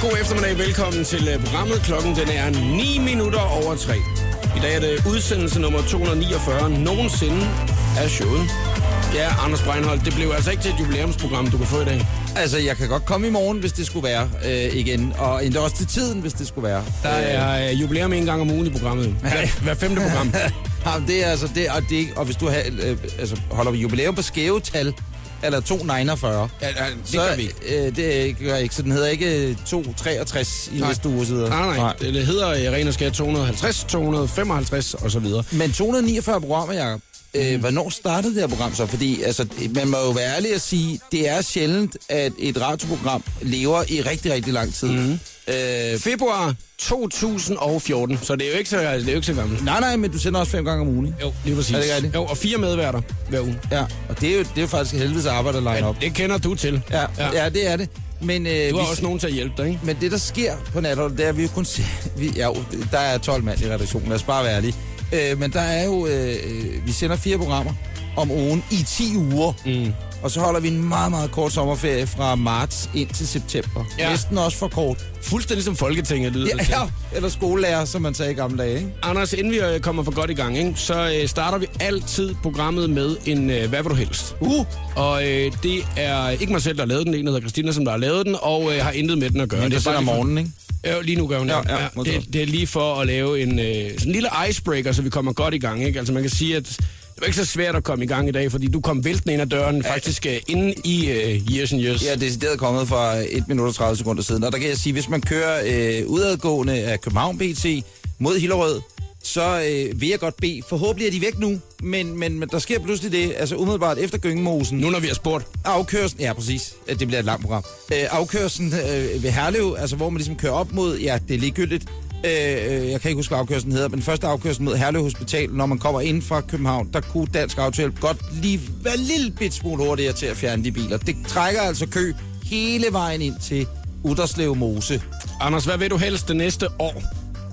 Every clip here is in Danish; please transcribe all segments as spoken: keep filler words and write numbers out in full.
god eftermiddag. Velkommen til programmet. Klokken den er ni minutter over tre. I dag er det udsendelse nummer to hundrede niogfyrre nogensinde af showet. Ja, Anders Breinholt, det blev altså ikke til et jubilæumsprogram, du kan få i dag. Altså, jeg kan godt komme i morgen, hvis det skulle være øh, igen. Og endda også til tiden, hvis det skulle være. Der er øh, jubilæum en gang om ugen i programmet. Hver, hver femte program. Ja, det er altså det, og, det, og hvis du har, øh, altså, holder jubilæum på skæve tal, eller to komma niogfyrre. Ja, ja, det så, gør vi. Øh, det gør jeg ikke, så den hedder ikke to komma treogtres i næste uge. Nej, nej, nej. Det, det hedder øh, ren og skær to hundrede og halvtreds, to hundrede og femoghalvtreds og så videre. Men to hundrede og niogfyrre programmer, Jacob. Øh, hvornår startede det her program så? Fordi altså, man må jo være ærlig at sige, det er sjældent, at et radioprogram lever i rigtig, rigtig lang tid. Mm-hmm. Øh, Februar to tusind og fjorten, så det er jo ikke så, det er jo ikke så gammelt. Nej, nej, men du sender også fem gange om ugen, ikke? Jo, lige præcis. Er det rigtigt? Jo, og fire medværter hver uge. Ja, og det er jo, det er jo faktisk helvedes arbejde at line ja, op. det kender du til. Ja, ja. ja det er det. Men, øh, du har vi, også nogen til at hjælpe dig, ikke? Men det, der sker på Natholdet, det er, at vi jo kun ser... Vi, ja, der er tolv mand i redaktionen, lad os bare være ærlige. Øh, men der er jo... Øh, vi sender fire programmer om ugen i ti uger. Mm. Og så holder vi en meget, meget kort sommerferie fra marts ind til september. Ja. Næsten også for kort. Fuldstændig som Folketinget lyder ja, det til. Ja, eller skolelærer, som man sagde i gamle dage, ikke? Anders, inden vi kommer for godt i gang, ikke, så øh, starter vi altid programmet med en øh, hvad vil du helst? Uh! Og øh, det er ikke mig selv, der har lavet den. En, der hedder Christina, som der har lavet den, og øh, har intet med den at gøre. Men det er bare om morgenen, ikke? Ja, lige nu gør hun ja, ja, ja, det. Det er lige for at lave en, øh, sådan en lille icebreaker, så vi kommer godt i gang, ikke? Altså man kan sige, at det var ikke så svært at komme i gang i dag, fordi du kom væltende ind ad døren ja. faktisk uh, inde i uh, Years and Years. Ja, det er decideret kommet for et minut og tredive sekunder siden. Og der kan jeg sige, hvis man kører uh, udadgående af København B T mod Hillerød, så uh, vil jeg godt bede. Forhåbentlig er de væk nu, men, men, men der sker pludselig det, altså umiddelbart efter Gyngemosen. Nu når vi har spurgt. Afkørslen, ja præcis, det bliver et langt program. Uh, afkørslen uh, ved Herlev, altså hvor man ligesom kører op mod, ja det er ligegyldigt. Øh, jeg kan ikke huske, hvad afkørslen hedder, men den første afkørsel mod Herlev Hospital, når man kommer ind fra København, der kunne Dansk Autohjælp godt lige være en lille bit smule hurtigere til at fjerne de biler. Det trækker altså kø hele vejen ind til Udderslev Mose. Anders, hvad vil du helst det næste år?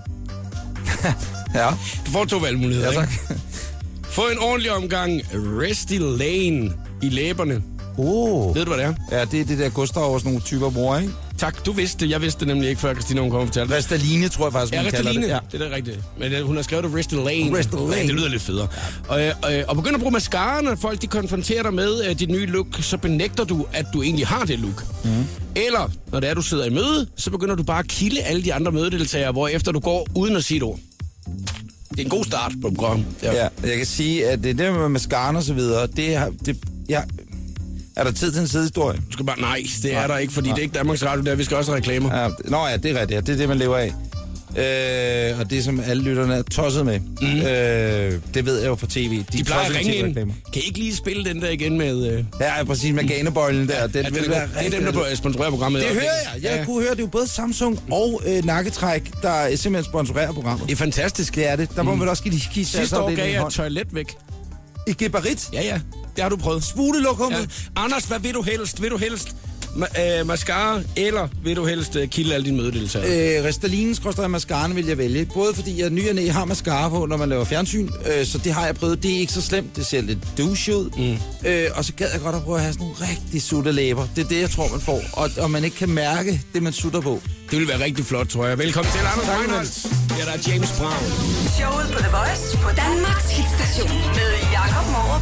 Ja. Du får to valgmuligheder, ja, ikke? Få en ordentlig omgang Resty Lane i læberne. Oh. Ved du, hvad det er? Ja, det er det der Gustav over sådan nogle typer bror, ikke? Tak, du vidste det. Jeg vidste det nemlig ikke, før Christina hun kom og fortalte det. Ristaline, tror jeg faktisk, man ja, kalder det. Ja, det er da rigtigt. Men uh, hun har skrevet det Resty Lane. Resty Lane. Ja, det lyder lidt federe. Og, og, og begynder at bruge mascara, når folk de konfronterer dig med uh, dit nye look, så benægter du, at du egentlig har det look. Mm. Eller, når det er, du sidder i møde, så begynder du bare at kilde alle de andre mødedeltagere, hvorefter du går uden at sige et ord. Det er en god start på programmet. Ja. ja, jeg kan sige, at det der med mascara og så videre, det er... Det, ja. Er der tid til en sidehistorie? Du skal bare, nej, det er nej. der ikke, fordi nej. det er ikke Danmarks Radio, der vi skal også have reklamer. Ja, nå ja, det er rigtigt. Ja. Det er det, man lever af. Øh, og det, som alle lytterne er tosset med. Mm. Øh, det ved jeg jo fra tv. De, De plejer at ringe ind. Kan I ikke lige spille den der igen med... Øh... Ja, præcis, med ganebøjlen der. Den ja, vil det, være det er dem, der sponsorerer programmet. Det hører jeg. Jeg ja. kunne høre, det er jo både Samsung og øh, Nakketræk, der simpelthen sponsorerer programmet. Det er fantastisk. Det er det. Der må mm. man også give de kisse. Sidste år gav jeg et toilet væk. I Geberit? Ja, ja. Det har du prøvet. Spulelokummet. Ja. Anders, hvad vil du helst? Vil du helst ma- øh, mascara, eller vil du helst øh, kilde alle dine mødedeltagere? Øh, Ristalines koster mascaraen vil jeg vælge. Både fordi jeg ny og næ har mascara på, når man laver fjernsyn. Øh, så det har jeg prøvet. Det er ikke så slemt. Det ser lidt douche ud. Mm. Øh, og så gad jeg godt at prøve at have sådan nogle rigtig sutte læber. Det er det, jeg tror, man får. Og, og man ikke kan mærke det, man sutter på. Det vil være rigtig flot, tror jeg. Velkommen til, Anders Breinholt. Ja, der er James Brown. Showet på The Voice på Danmarks hitstation med Jacob Morup.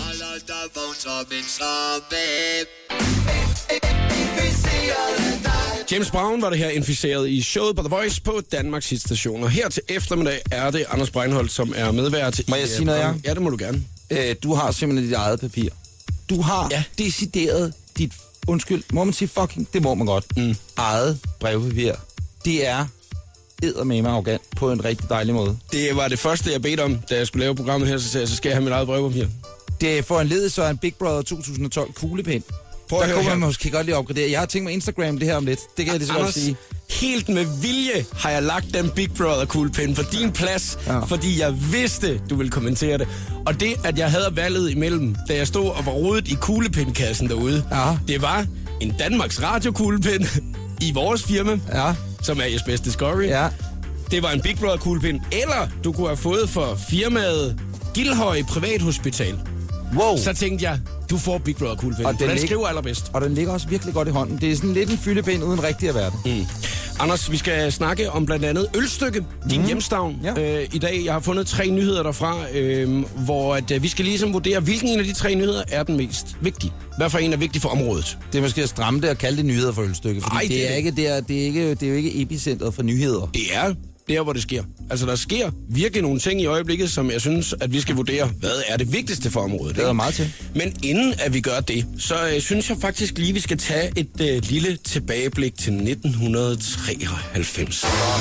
James Brown var det her inficeret i showet på The Voice på Danmarks hitstation. Og her til eftermiddag er det Anders Breinholt, som er medvært. Må jeg sige noget, Jacob? Ja, det må du gerne. Øh, du har simpelthen dit eget papir. Du har ja. decideret dit, undskyld, må man sige fucking, det må man godt, mm. eget brevpapir. Det er eddermame arrogant på en rigtig dejlig måde. Det var det første, jeg bedte om, da jeg skulle lave programmet her, så sagde jeg, så skal jeg have mit eget brevpapir. Det får en led så en Big Brother to tusind og tolv kuglepen. Prøv der kunne man måske godt lige opgradere. Jeg har tænkt mig Instagram det her om lidt. Det kan jeg lige så godt sige. Helt med vilje har jeg lagt den Big Brother kuglepen på din plads, ja. fordi jeg vidste, du ville kommentere det. Og det, at jeg havde valget imellem, da jeg stod og var rodet i kuglepindkassen derude, ja. det var en Danmarks Radio kuglepen i vores firma, ja. som er Jesper Discovery. Ja. Det var en Big Brother kuglepen, eller du kunne have fået for firmaet Gildhøj Privathospital. Wow. Så tænkte jeg, Du får Big Brother kuglepen. Og den, den, den lig- skriver allerbedst. Og den ligger også virkelig godt i hånden. Det er sådan lidt en fyldepind uden rigtig at være det. Mm. Anders, vi skal snakke om blandt andet Ølstykke, din mm. hjemstavn, ja. øh, i dag. Jeg har fundet tre nyheder derfra, øh, hvor at, øh, vi skal ligesom vurdere, hvilken en af de tre nyheder er den mest vigtige. Hvad for en er vigtig for området? Det er måske at stramme det og kalde det nyheder for Ølstykke, fordi Ej, det, det, er ikke, det, er, det, er ikke, det er jo ikke epicentret for nyheder. Det er der, hvor det sker. Altså, der sker virkelig nogle ting i øjeblikket, som jeg synes, at vi skal vurdere, hvad er det vigtigste for området. Det er meget til. Men inden at vi gør det, så øh, synes jeg faktisk lige, vi skal tage et øh, lille tilbageblik til nitten treoghalvfems.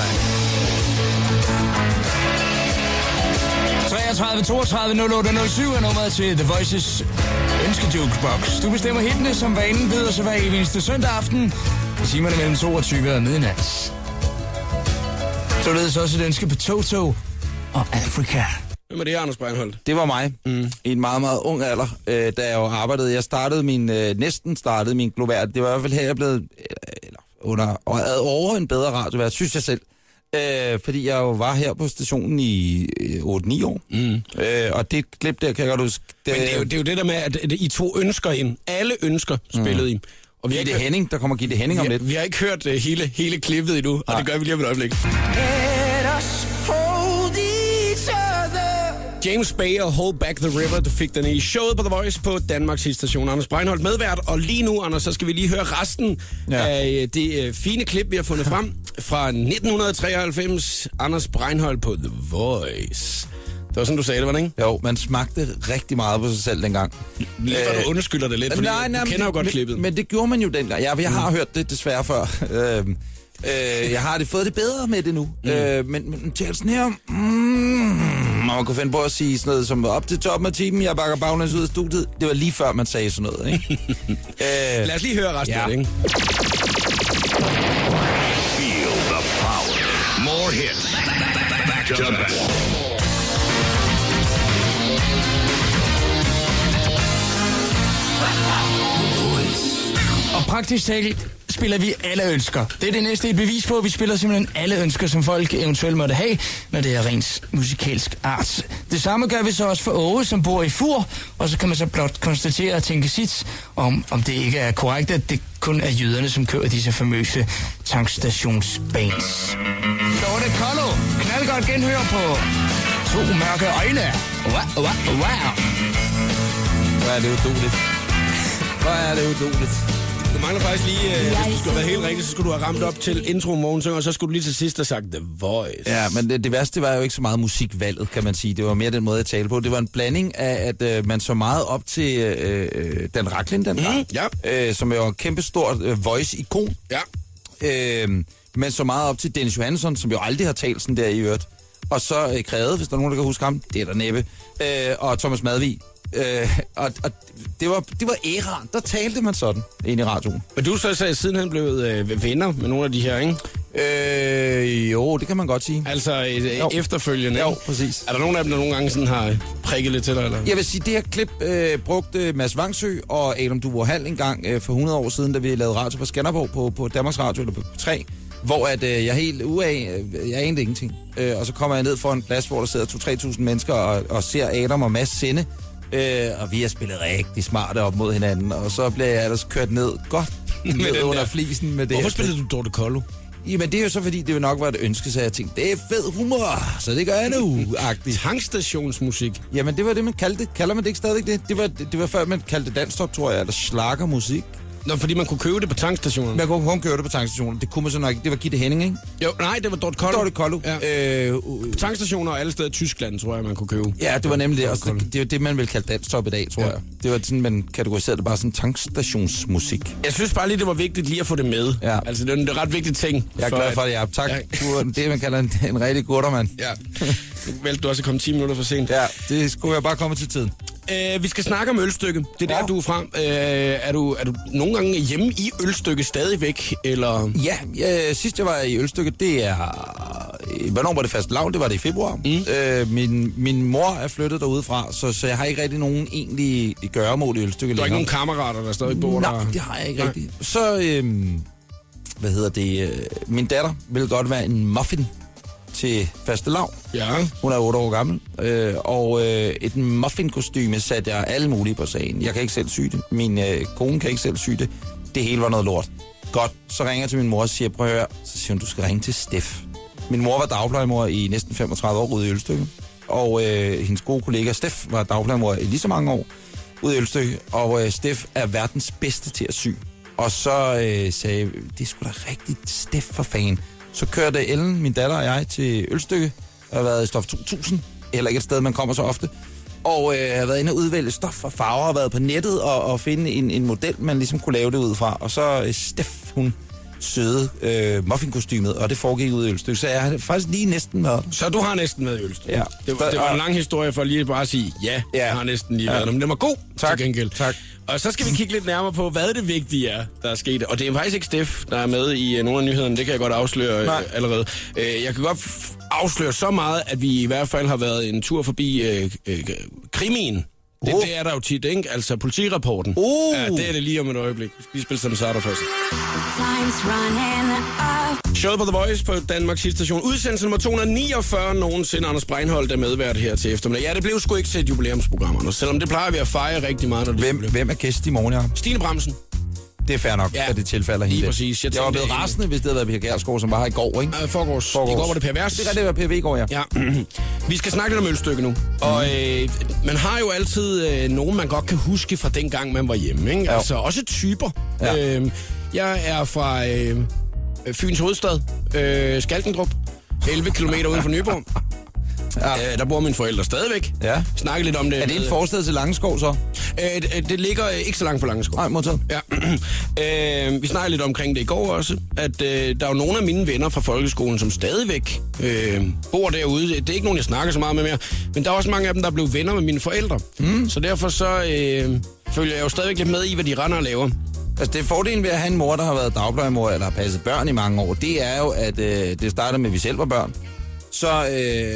treogtredive toogtredive nul otte nul syv er nummeret til The Voices ønskejukebox. Du bestemmer hittene, som vanen byder sig hver eneste søndag aften i timerne mellem toogtyve og midnat. Således også et ønske på Toto og Afrika. Hvem er det her, Anders Breinholt? Det var mig, mm. i en meget, meget ung alder, øh, da jeg jo arbejdede. Jeg startede min, øh, næsten startede min Globert. Det var i hvert fald her, jeg blev eller, under, og havde over en bedre radiovært, synes jeg selv. Øh, fordi jeg jo var her på stationen i øh, otte ni år. Mm. Øh, og det klip der, kan jeg godt huske. Det, Men det er, jo, det er jo det der med, at I to ønsker ind. Alle ønsker spillede mm. I. Og vi Gitte hørt, Henning, der kommer Gitte Henning om vi, lidt. Vi har ikke hørt uh, hele, hele klippet endnu, og det gør vi lige om et øjeblik. James Bay og Hold Back the River, du fik den i showet på The Voice på Danmarks hitstation. Anders Breinholt medvært, og lige nu, Anders, så skal vi lige høre resten ja. af det uh, fine klip, vi har fundet frem fra nitten treoghalvfems. Anders Breinholt på The Voice. Det var sådan, du sagde det, var det ikke? Jo, man smagte rigtig meget på sig selv dengang. Lige før du undskylder det lidt, fordi nej, nej, du kender jo godt men, klippet. Men det gjorde man jo dengang. Jeg, jeg har mm. hørt det desværre før. Øh, øh, jeg har det fået det bedre med det nu. Mm. Øh, men men Tjelsen her... Mm, man kunne finde på at sige sådan noget som op til toppen af timen, jeg bakker baglæns ud af studiet. Det var lige før, man sagde sådan noget, ikke? øh, Lad os lige høre resten ja. af det, ikke? Feel the power. More hits. Back to back. Og praktisk talt spiller vi alle ønsker. Det er det næste et bevis på, at vi spiller simpelthen alle ønsker, som folk eventuelt måtte have, når det er rent musikalsk art. Det samme gør vi så også for Åge, som bor i Fur, og så kan man så blot konstatere og tænke sit om, om det ikke er korrekt, at det kun er jøderne, som kører disse famøse tankstationsbands. Dorte Kollo, knaldgodt genhør på To mørke øjne. Wow, wow, wow. Hvor er det uduligt. Hvor er det uduligt. Du mangler faktisk lige, øh, hvis du skulle have været helt rigtig, så skulle du have ramt op til intro morgensøng, og så skulle du lige til sidst have sagt The Voice. Ja, men det, det værste var jo ikke så meget musikvalget, kan man sige. Det var mere den måde, jeg talte på. Det var en blanding af, at øh, man så meget op til øh, Dan Rachlin, den mm, ja. øh, som er jo en kæmpestort øh, voice-ikon. Ja. Øh, men så meget op til Dennis Johansson, som jo aldrig har talt sådan der i øvrigt. Og så øh, Kræde, hvis der er nogen, der kan huske ham. Det er der næppe. Øh, og Thomas Madvig. Øh, og, og det var, det var æraen, der talte man sådan ind i radioen. Men du så sagde, siden han blev øh, venner med nogle af de her, ikke? Øh, jo, det kan man godt sige. Altså øh, jo. efterfølgende, Jo, ikke? præcis. Er der nogen af dem, der nogle gange sådan har prikket lidt til dig, eller? Jeg vil sige, det her klip øh, brugte Mads Vangsø og Adam Duvour Hall en gang øh, for hundrede år siden, da vi lavede radio på Skanderborg på, på Danmarks Radio, eller på tre, hvor at, øh, jeg helt uaf, øh, jeg anede ingenting. Øh, og så kommer jeg ned for en plads, hvor der sidder to til tre tusind mennesker og, og ser Adam og Mads sende. Øh, og vi har spillet rigtig smarte op mod hinanden, og så bliver jeg ellers kørt ned godt ned under flisen med det. Hvorfor spillede du Dorte Kollo? Jamen det er jo så fordi, det jo nok var et ønske, så jeg tænkte, det er fed humor, så det gør jeg nu-agtigt. Tankstationsmusik. Jamen det var det, man kaldte det. Kalder man det ikke stadig det? Det var, det, det var før, man kaldte det danstop, tror jeg, eller schlagermusik. Nå, fordi man kunne købe det på tankstationen. Man kunne kun købe det på tankstationen. Det kunne man så nok ikke. Det var Gitte Henning, ikke? Jo, nej, det var Dorte Kollo. Dorte Kollo. Ja. Øh, uh, på tankstationer og alle steder i Tyskland, tror jeg, man kunne købe. Ja, det var nemlig det. Også det, det er det, man vil kalde danstop i dag, tror ja. jeg. Det var sådan, man kategoriserede det bare sådan tankstationsmusik. Jeg synes bare lige, det var vigtigt lige at få det med. Ja. Altså, det er en ret vigtig ting. Jeg er glad for det, ja. Tak. Ja. Du er det, man kalder en, en rigtig guttermand. Ja. Vel, du også kom ti minutter for sent. Ja, det skulle jeg bare komme til tiden. Uh, vi skal snakke om Ølstykke. Det er ja. der, du er fra. Uh, er, du, er du nogle gange hjemme i Ølstykke stadigvæk, eller? Ja, ja, sidst jeg var i Ølstykke, det er... Hvornår var det fast lavn? Det var det i februar. Mm. Uh, min, min mor er flyttet derudefra, så, så jeg har ikke rigtig nogen egentlig gøremål i Ølstykke. Du har ikke nogen kammerater, der stadig bor der? Nej, det har jeg ikke Nej. rigtigt. Så, øhm, hvad hedder det? Øh, min datter vil godt være en muffin. til fastelavn. Ja. Hun er otte år gammel. Øh, og øh, et muffinkostyme satte jeg alle mulige på sagen. Jeg kan ikke selv sy det. Min øh, kone kan ikke selv sy det. Det hele var noget lort. Godt, så ringer jeg til min mor og siger, prøv at høre. Så siger hun, du skal ringe til Steff. Min mor var dagplejemor i næsten femogtredive år ude i Ølstykke. Og øh, hendes gode kollega Steff var dagplejemor i lige så mange år ude i Ølstykke. Og øh, Steff er verdens bedste til at sy. Og så øh, sagde jeg, det er sgu da rigtigt, Steff for fan. Så kørte Ellen, min datter og jeg, til Ølstykke. Jeg har været i Stof to tusind. Heller ikke et sted, man kommer så ofte. Og øh, har været inde og udvælge stof og farver, og været på nettet og, og finde en, en model, man ligesom kunne lave det ud fra. Og så øh, Steff, hun søde øh, muffinkostymet, og det foregik ud i Ølstykke. Så jeg har faktisk lige næsten været. Så du har næsten været i Ølstykke? Ja. Det var, det var en lang historie for lige bare at sige, ja, ja. Jeg har næsten lige ja. været der. Men den var god, tak. Til gengæld. Tak. Og så skal vi kigge lidt nærmere på, hvad det vigtige er, der er sket. Og det er faktisk ikke Steff, der er med i uh, nogle af nyhederne. Det kan jeg godt afsløre uh, allerede. Uh, jeg kan godt f- afsløre så meget, at vi i hvert fald har været en tur forbi uh, uh, krimien. Det, oh. det er der jo tit, ikke? Altså politirapporten. Oh. Ja, det er det lige om et øjeblik. Vi skal lige spille sådan så der først. Showet på The Voice på Danmarks hitstation. Udsendelse nummer to hundrede niogfyrre nogensinde. Anders Breinholt er medvært her til eftermiddag. Ja, det blev sgu ikke til et jubilæumsprogram, selvom det plejer vi at fejre rigtig meget. Når det hvem, hvem er gæst i morgen, Jacob? Stine Bramsen. Det er fair nok, ja, at det tilfælder hende. Lige præcis. Jeg, jeg var blevet rasende, hvis det havde været Per Gjersgaard, som var her i går, ikke? Uh, forgårs. forgårs. I går var det Per Vers. Det er det, var Per V i går, ja. ja. Vi skal snakke lidt om Ølstykke nu. Mm. Og øh, man har jo altid øh, nogen, man godt kan huske fra den gang, man var hjemme, ikke? Ja. Altså også typer. Ja. Øh, jeg er fra øh, Fyns hovedstad, øh, Skalkendrup, elleve kilometer uden for Nyborg. Ja. Øh, der bor mine forældre stadigvæk. Ja. Snakke lidt om det. Er det en forstad til Langeskov så? Øh, det, det ligger ikke så langt fra Langeskov. Nej, modtaget. Ja. øh, vi snakker lidt omkring det i går også, at øh, der er jo nogle af mine venner fra folkeskolen, som stadigvæk øh, bor derude. Det er ikke nogen, jeg snakker så meget med mere, men der er også mange af dem, der er blevet venner med mine forældre. Mm. Så derfor så øh, følger jeg jo stadigvæk lidt med i, hvad de render og laver. Altså det er fordelen ved at have en mor, der har været dagplejemor, eller har passet børn i mange år, det er jo, at øh, det starter med, at vi selv var børn. Så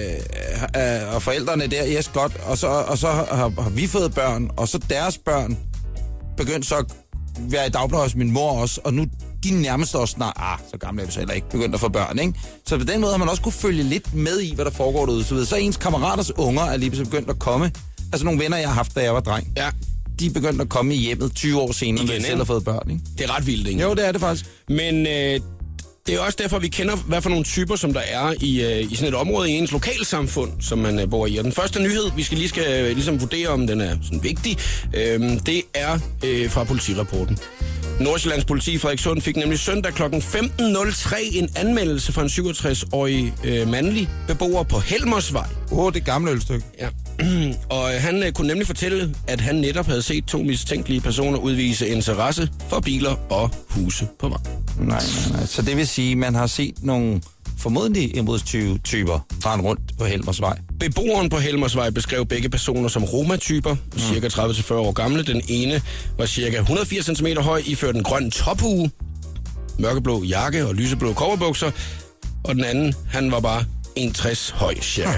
øh, og forældrene der, yes, godt, og så, og så har, har vi fået børn, og så deres børn begyndte så at være i dagpleje hos min mor også, og nu de nærmest også snart, ah, så gamle er vi så heller ikke, begyndt at få børn, ikke? Så på den måde har man også kunne følge lidt med i, hvad der foregår derude. Så, ved, så ens kammeraters unger er lige begyndt at komme. Altså nogle venner, jeg har haft, da jeg var dreng. Ja. De er begyndt at komme i hjemmet tyve år senere, når de selv har fået børn, ikke? Det er ret vildt, ikke? Jo, det er det faktisk. Men øh, det er også derfor, vi kender, hvad for nogle typer, som der er i, øh, i sådan et område i ens lokalsamfund, som man øh, bor i. Og den første nyhed, vi skal lige skal øh, ligesom vurdere, om den er sådan vigtig, øh, det er øh, fra politirapporten. Nordsjællands politi Frederikssund fik nemlig søndag klokken femten nul tre en anmeldelse fra en syvogtres-årig øh, mandlig beboer på Helmersvej. Åh, oh, det gamle Ølstykke. Ja. Og øh, han øh, kunne nemlig fortælle, at han netop havde set to mistænkelige personer udvise interesse for biler og huse på vej. Nej, nej, nej. Så det vil sige, at man har set nogle formodentlig indbrudstyper faren rundt på Helmersvej. Beboeren på Helmersvej beskrev begge personer som Roma-typer, mm. cirka tredive til fyrre år gamle. Den ene var cirka et hundrede og firs centimeter høj, iført en grøn tophue, mørkeblå jakke og lyseblå coverbukser. Og den anden, han var bare en komma tres høj, cirka.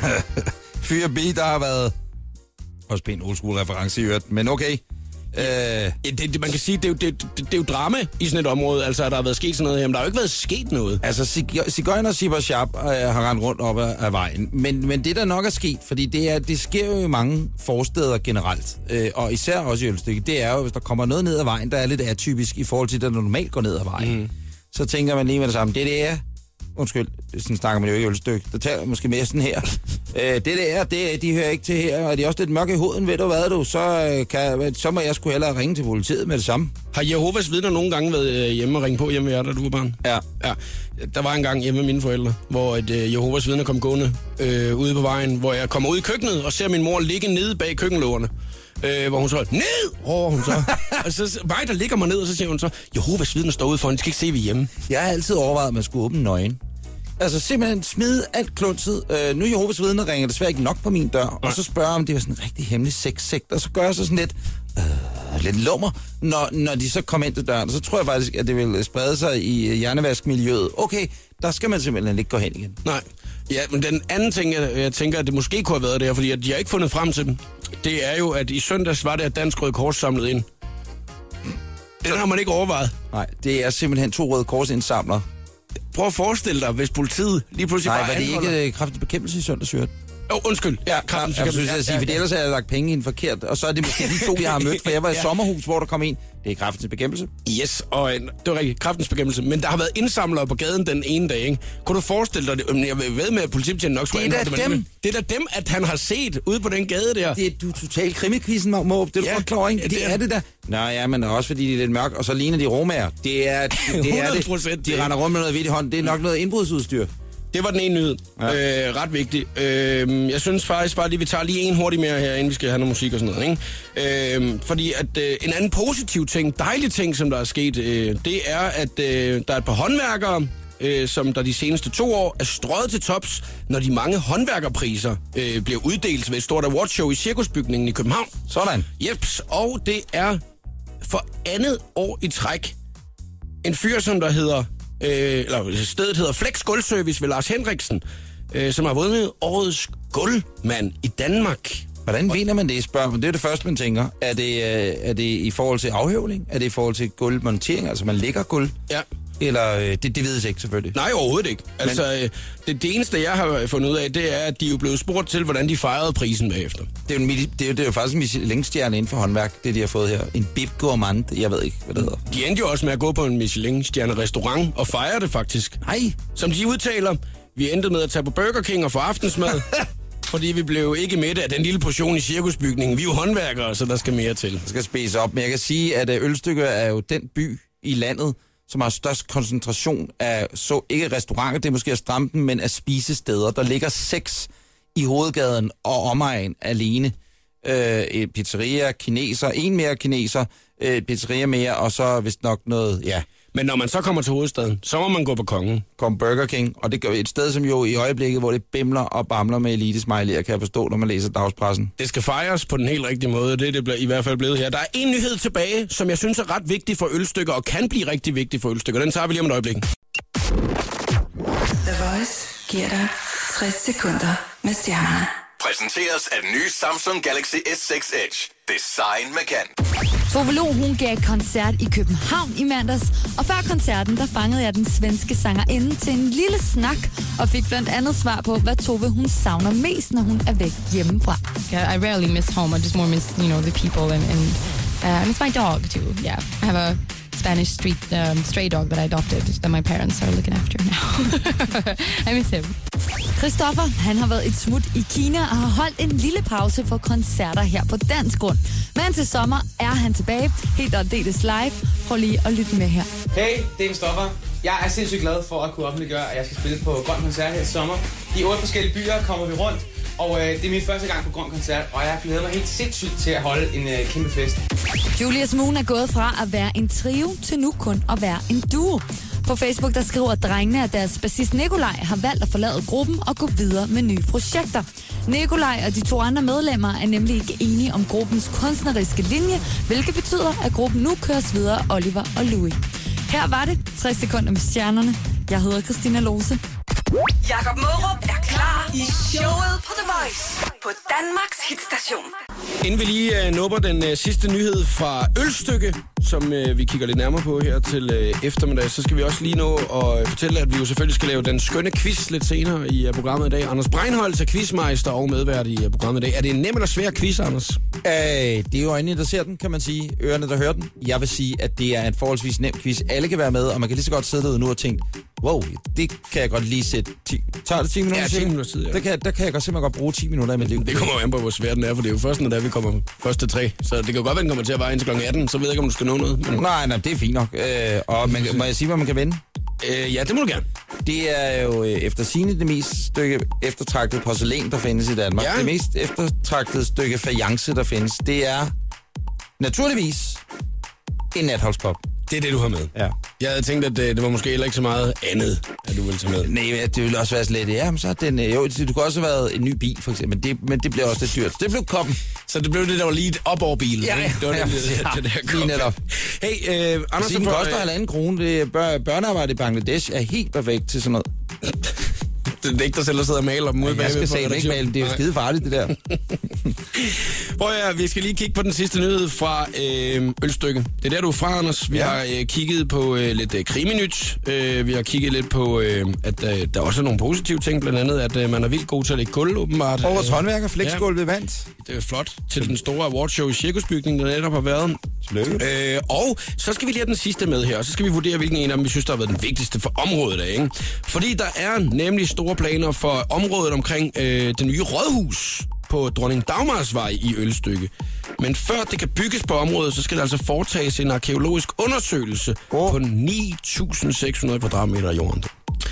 Fyr B, der har været også en old school reference i øvrigt, men okay. Øh... Ja, det, det, man kan sige, det er, jo, det, det, det er jo drama i sådan et område, altså at der har været sket sådan noget her, men der har jo ikke været sket noget. Altså, Sigøjner og Sibber Sharp øh, har rendt rundt op af, af vejen, men, men det der nok er sket, fordi det, er, det sker jo i mange forsteder generelt, øh, og især også i Ølstykke, det er jo, hvis der kommer noget ned ad vejen, der er lidt atypisk i forhold til det, der normalt går ned ad vejen, mm. så tænker man lige med det samme, det det er, undskyld, sådan snakker man jo ikke i Ølstykke, der taler måske mere sådan her. øh, det der, det, de hører ikke til her, og de er også lidt mørke i hovedet, ved du hvad du, så, kan, så må jeg sgu hellere ringe til politiet med det samme. Har Jehovas vidner nogle gange været hjemme og ringe på hjemme ved jer, da du var barn? Ja. Ja. Der var en gang hjemme med mine forældre, hvor et, uh, Jehovas vidner kom gående øh, ude på vejen, hvor jeg kommer ud i køkkenet og ser min mor ligge nede bag køkkenlågerne. Øh, hvor hun så, ned, råber hun så. Og så mig, der ligger mig ned, og så siger hun så, Jehovas vidner står ude foran, de skal ikke se, vi hjemme. Jeg har altid overvejet, at man skulle åbne nøgen. Altså simpelthen smide alt klunset. Øh, nu Jehovas vidner ringer desværre ikke nok på min dør, ja. Og så spørger om det var sådan en rigtig hemmelig sexsekt, og så gør jeg så sådan lidt, øh, lidt lummer, når, når de så kommer ind til døren. Og så tror jeg faktisk, at det vil sprede sig i hjernevaskmiljøet. Okay, der skal man simpelthen ikke gå hen igen. Nej, ja, men den anden ting, jeg, jeg tænker, at det måske kunne have været der, fordi at de har ikke fundet frem til dem, det er jo, at i søndags var det, at Dansk Røde Kors samlet ind. Den har man ikke overvejet. Nej, det er simpelthen to Røde Kors indsamlere. prøv at forestille dig, hvis politiet lige pludselig Nej, bare var det anholder... ikke kræftens bekæmpelse i søndags, hørt? Åh, oh, undskyld. Ja, Kræftens ja, bekæmpelse. Jeg sige, for ellers har jeg lagt penge i en forkert, og så er det måske de to, jeg har mødt, for jeg var i ja. sommerhus, hvor der kom en. Det er kræftens bekæmpelse. Yes, og det var rigtigt, kræftens bekæmpelse. Men der har været indsamlere på gaden den ene dag, ikke? Kunne du forestille dig det? Jeg ved med, at politibetjenten nok skulle... Det er da dem. Det er da dem, at han har set ude på den gade der. Det er du totalt krimikvisten, Måb. Det er du ja, godt klar, ikke? Det, det er det der. Nå ja, men også fordi de er lidt mørk, og så ligner de romager. Det er det. det, er det. De render rundt med noget hvidt i hånden. Det er nok noget indbrudsudstyr. Det var den ene nyhed. Ja. Øh, ret vigtig. Øh, jeg synes faktisk bare lige, vi tager lige en hurtigt mere her, inden vi skal have noget musik og sådan noget. Ikke? Øh, fordi at øh, en anden positiv ting, dejlig ting, som der er sket, øh, det er, at øh, der er et par håndværkere, øh, som der de seneste to år er strøget til tops, når de mange håndværkerpriser øh, bliver uddelt ved et stort awardshow i Cirkusbygningen i København. Sådan. Jeps, og det er for andet år i træk en fyr, som der hedder... Øh, eller stedet hedder Flex Gulvservice ved Lars Henriksen, øh, som har vundet årets gulvmand i Danmark. Hvordan vinder man det, spørger man? Det er det første, man tænker. Er det, øh, er det i forhold til afhøvling? Er det i forhold til gulvmontering? Altså, man lægger gulv? Ja. Eller, øh, det, det ved jeg ikke selvfølgelig. Nej, overhovedet ikke. Altså, Men... øh, det, det eneste, jeg har fundet ud af, det er, at de er jo blevet spurgt til, hvordan de fejrede prisen bagefter. Det er jo, en, det er jo, det er jo faktisk en Michelin-stjerne inden for håndværk, det de har fået her. En Bib Gourmand, jeg ved ikke, hvad det hedder. De endte jo også med at gå på en Michelin-stjerne-restaurant og fejre det faktisk. Nej. Som de udtaler, vi endte med at tage på Burger King og få aftensmad. Fordi vi blev ikke mætte af den lille portion i Cirkusbygningen. Vi er jo håndværkere, så der skal mere til. Der skal spise op, men jeg kan sige, at Ølstykke er jo den by i landet, som har størst koncentration af, så ikke restauranter, det er måske at stramme den, men af spisesteder. Der ligger seks i hovedgaden og omegn alene. Øh, et pizzeria, kineser, en mere kineser, et pizzeria mere, og så vist nok noget, ja. Men når man så kommer til hovedstaden, så må man gå på Kongen. Kom Burger King, og det gør et sted, som jo i øjeblikket, hvor det bimler og bamler med elitesmiley'er, kan jeg forstå, når man læser dagspressen. Det skal fejres på den helt rigtige måde, det er det i hvert fald blevet her. Der er en nyhed tilbage, som jeg synes er ret vigtig for Ølstykker, og kan blive rigtig vigtig for Ølstykker. Den tager vi lige om et øjeblik. The Voice giver dig tres sekunder med stjernerne. Præsenteres af den nye Samsung Galaxy S seks Edge. Design med kan. Tove Lo, hun gav koncert i København i mandags, og før koncerten, der fangede jeg den svenske sangerinde til en lille snak, og fik blandt andet svar på, hvad Tove hun savner mest, når hun er væk hjemmefra. Yeah, I rarely miss home. I just more miss, you know, the people and and, uh, and it's my dog too. Yeah, I have a Spanish street um, stray dog that I adopted that my parents are looking after now. I miss him. Christoffer, han har været et smut i Kina og har holdt en lille pause for koncerter her på dansk grund. Men til sommer er han tilbage, helt og deles live. Prøv lige at lytte med her. Hey, det er Christoffer. Jeg er sindssygt glad for at kunne offentliggøre, at jeg skal spille på Grøn Koncert her i sommer. I otte forskellige byer kommer vi rundt, og øh, det er min første gang på Grøn Koncert, og jeg glæder mig helt sindssygt til at holde en øh, kæmpe fest. Julius Moon er gået fra at være en trio til nu kun at være en duo. På Facebook der skriver drengene, at deres bassist Nikolaj har valgt at forlade gruppen og gå videre med nye projekter. Nikolaj og de to andre medlemmer er nemlig ikke enige om gruppens kunstneriske linje, hvilket betyder, at gruppen nu køres videre Oliver og Louis. Her var det tres sekunder med stjernerne. Jeg hedder Christina Lose. Jakob Mårup er klar i showet på The Voice på Danmarks hitstation. Inden vi lige uh, nupper den uh, sidste nyhed fra Ølstykke, som uh, vi kigger lidt nærmere på her til uh, eftermiddag, så skal vi også lige nå at uh, fortælle, at vi jo selvfølgelig skal lave den skønne quiz lidt senere i uh, programmet i dag. Anders Breinholt er quizmeister og medvært i uh, programmet i dag. Er det en nem eller svær quiz, Anders? Øh, det er jo øjnene, der ser den, kan man sige. Ørerne, der hører den. Jeg vil sige, at det er en forholdsvis nem quiz. Alle kan være med, og man kan lige så godt sidde derude nu og tænke, wow, det kan jeg godt lige sætte. ti Tager det ti minutter? Ja, ti minutter tid, ja. Der kan, der kan jeg godt simpelthen godt bruge ti minutter i mit liv. Det kommer jo an på, hvor svært den er, for det er jo først, når der vi kommer først til tre. Så det kan jo godt være, den kommer til at veje indtil klokken atten, så ved jeg ikke, om du skal nå noget. Men... Nej, nej, det er fint nok. Øh, og man, må jeg sige, hvad man kan vinde? Øh, ja, det må du gerne. Det er jo øh, efter sigende det mest stykke eftertragtede porcelæn, der findes i Danmark. Ja. Det mest eftertragtede stykke fajance, der findes, det er naturligvis en natholdskop. Det er det, du har med. Ja. Jeg havde tænkt, at det, det var måske heller ikke så meget andet, at du ville tage med. Nej, det ville også være så lidt. Ja, men så er den... Jo, det kunne også have været en ny bil, for eksempel. Men det, men det blev også lidt dyrt. Det blev koppen. Så det blev det, der var lige op over bilen. Ja, ja. Det var ja, det, ja, det, det der lige netop. Hey, øh, Anders... Den koster halvanden krone. Det bør, børnearbejde i Bangladesh er helt perfekt til sådan noget. Det er ikke dig selv, der sidder og maler dem ude ja, jeg skal sige ikke male dem. Det er jo skide farligt, det der. Prøv at vi skal lige kigge på den sidste nyhed fra øh, Ølstykke. Det er der, du er fra, Anders. Vi ja. har øh, kigget på øh, lidt øh, kriminyt. Øh, vi har kigget lidt på, øh, at øh, der også er nogle positive ting. Blandt andet, at øh, man er vildt god til at lægge gulv, åbenbart. Og vores håndværker, Flexgulvet ja. vandt. Det er flot. Til den store awardshow i Cirkusbygningen, der netop har været. Øh, og så skal vi lige have den sidste med her, og så skal vi vurdere, hvilken en af dem, vi synes, der har været den vigtigste for området af, ikke? Fordi der er nemlig store planer for området omkring øh, det nye rådhus på Dronning Dagmars Vej i Ølstykke. Men før det kan bygges på området, så skal der altså foretages en arkæologisk undersøgelse oh. på ni tusind seks hundrede kvadratmeter af jorden.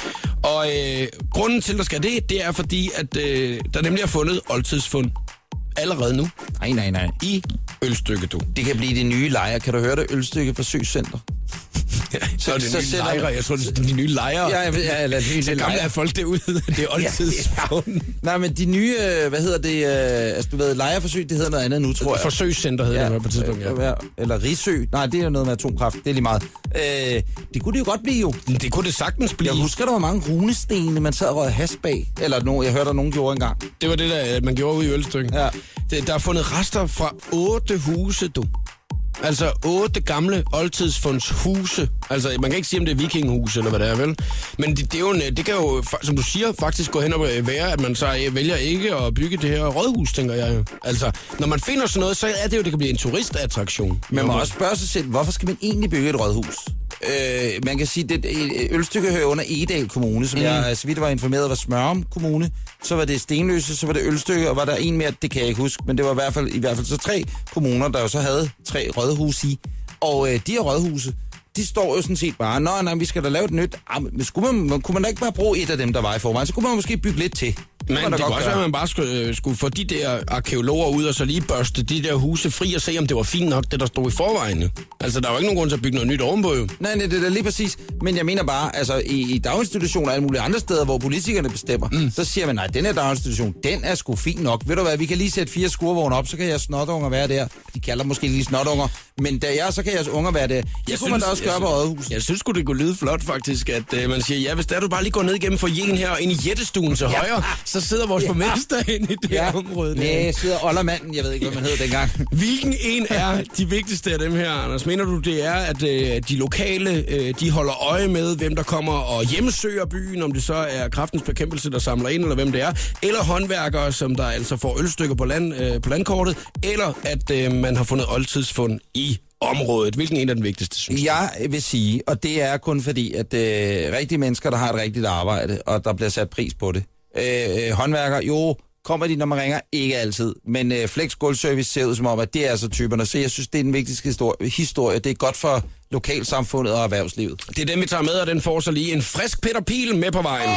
Og øh, grunden til, at der skal det, det er fordi, at øh, der nemlig er fundet oldtidsfund allerede nu. Nej, nej, nej. I Ølstykke, du. Det kan blive det nye lejre. Kan du høre det? Ølstykke Forsøgscenter. Ja, så er det så, nye så lejre. Jeg tror, det er de nye lejre. Ja, ja, eller de nye så gamle er folk derude. Det er oldtidsfund. Ja, ja. Nej, men de nye, hvad hedder det, altså du ved, lejreforsøg, det hedder noget andet nu, tror jeg. Forsøgscenter hedder ja, det på et tidspunkt, ja. Eller Risø. Nej, det er jo noget med atomkraft. Det er lige meget. Øh, det kunne det jo godt blive, jo. Det kunne det sagtens blive. Jeg husker, der var mange runestene, man sad og rød has bag. Eller no, jeg hørte, der nogen gjorde engang. Det var det, der man gjorde ude i Ølstykke. Ja. Det, der er fundet rester fra otte huse, du. Altså otte gamle oldtidsfundshuse. Altså, man kan ikke sige, om det er vikinghuse eller hvad det er, vel? Men det, det, er jo, det kan jo, som du siger, faktisk gå hen og være, at man så vælger ikke at bygge det her rådhus, tænker jeg jo. Altså, når man finder sådan noget, så er det jo, det kan blive en turistattraktion. Man må også spørge sig selv, hvorfor skal man egentlig bygge et rådhus? Øh, man kan sige, at Ølstykke hører under Egedal Kommune, som mm. jeg, så vidt var informeret, var Smørum Kommune. Så var det Stenløse, så var det Ølstykke, og var der en mere, det kan jeg ikke huske, men det var i hvert fald, i hvert fald så tre kommuner, der jo så havde tre rådhus i. Og øh, de her rådhuse, de står jo sådan set bare, nå, nej, vi skal da lave et nyt. Ah, men skulle man, kunne man da ikke bare bruge et af dem, der var i forvejen? Så kunne man måske bygge lidt til. Men det, det kunne også være, at man bare skulle, øh, skulle få de der arkeologer ud og så lige børste de der huse fri og se, om det var fint nok, det der stod i forvejen. Altså, der var ikke nogen grund til at bygge noget nyt ovenpå, jo. Nej, nej, det er lige præcis. Men jeg mener bare, altså, i, i daginstitutioner og alle mulige andre steder, hvor politikerne bestemmer, mm. så siger man, nej, den her daginstitution, den er sgu fint nok. Ved du hvad, vi kan lige sætte fire skurvogne op, så kan jeres snotunger være der. De kalder måske lige snotunger, men da jeg, så kan jeres unger være der. Det jeg kunne synes, man da også gøre på Rådhuset. Jeg synes sgu, det kunne lyde flot, faktisk, at uh, man siger, ja, hvis der du bare lige går ned igennem foyeren her og ind i jættestuen til ja. højre, så sidder vores ja. borgmester inde i det ja. her område. Nej, sidder Ollermanden, jeg ved ikke, hvad man hed dengang. Hvilken en er de vigtigste af dem her, Anders? Mener du, det er, at uh, de lokale, uh, de holder øje med, hvem der kommer og hjemmesøger byen, om det så er Kræftens Bekæmpelse, der samler ind, eller hvem det er, eller håndværkere, som der altså får ølstykker på, land, uh, på landkortet, eller at uh, man har fundet oldtidsfund i området. Hvilken en er den vigtigste, synes jeg? Jeg vil sige, og det er kun fordi, at øh, rigtige mennesker, der har et rigtigt arbejde, og der bliver sat pris på det. Øh, håndværker, jo, kommer de, når man ringer? Ikke altid. Men øh, Flex Gulvservice ser ud som om, at det er altså typerne. Så jeg synes, det er den vigtigste historie. historie. Det er godt for lokalsamfundet og erhvervslivet. Det er den, vi tager med, og den får så lige en frisk Peter Pil med på vejen.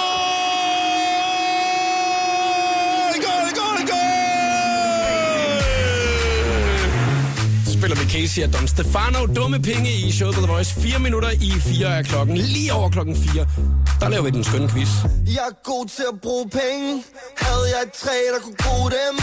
Spiller vi Casey og Don Stefano, dumme penge i showet på The Voice. Fire minutter i fire er klokken. Lige over klokken fire. Der laver vi den skønne quiz. Jeg er god til at bruge penge. Havde jeg et træ, der kunne bruge dem.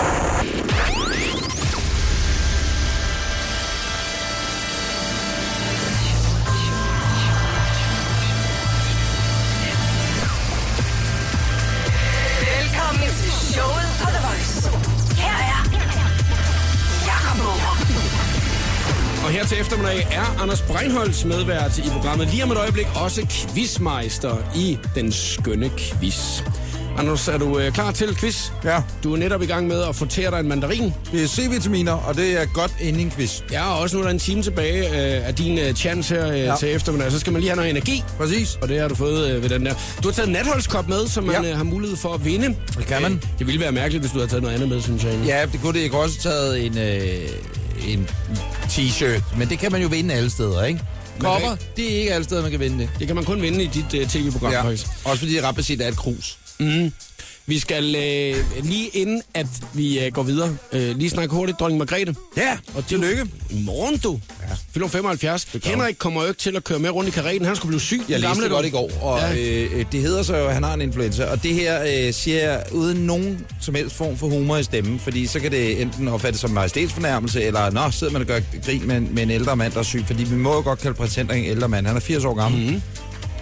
Velkommen til showet på The Voice. Her er Jakob Morup. Og her til eftermiddag er Anders Breinholtz medvært i programmet. Lige om et øjeblik også quizmeister i den skønne quiz. Anders, er du øh, klar til quiz? Ja. Du er netop i gang med at fortære dig en mandarin. Det er C-vitaminer, og det er godt inden en quiz. Ja, og også nu er der en time tilbage øh, af din øh, chance her øh, ja. til eftermiddag. Så skal man lige have noget energi. Præcis. Og det har du fået øh, ved den der. Du har taget en natholdskop med, som man ja. øh, har mulighed for at vinde. Det kan man. Øh, det ville være mærkeligt, hvis du havde taget noget andet med, synes jeg. Ja, det kunne det. Jeg kunne også have taget en, øh, en t-shirt. Men det kan man jo vinde alle steder, ikke? Kopper, det er ikke alle steder, man kan vinde det. Det kan man kun vinde i dit uh, tv-program, ja. faktisk. Også fordi det ret beset er et krus. Mm. Vi skal øh, lige inden, at vi øh, går videre, øh, lige snakke hurtigt Dronning Margrethe. Ja, og tillykke. I morgen, du. Ja. Fylder femoghalvfjerds. Henrik kommer jo ikke til at køre med rundt i kareten. Han skulle blive syg. Jeg læste det godt i går, og ja. øh, det hedder så jo, at han har en influenza. Og det her øh, siger jeg uden nogen som helst form for humor i stemmen, fordi så kan det enten opfattes som majestætsfornærmelse, eller nå, sidder man og gør grin med, med en ældre mand, der er syg. Fordi vi må jo godt kalde præsidenten en ældre mand. Han er firs år gammel. Mm-hmm.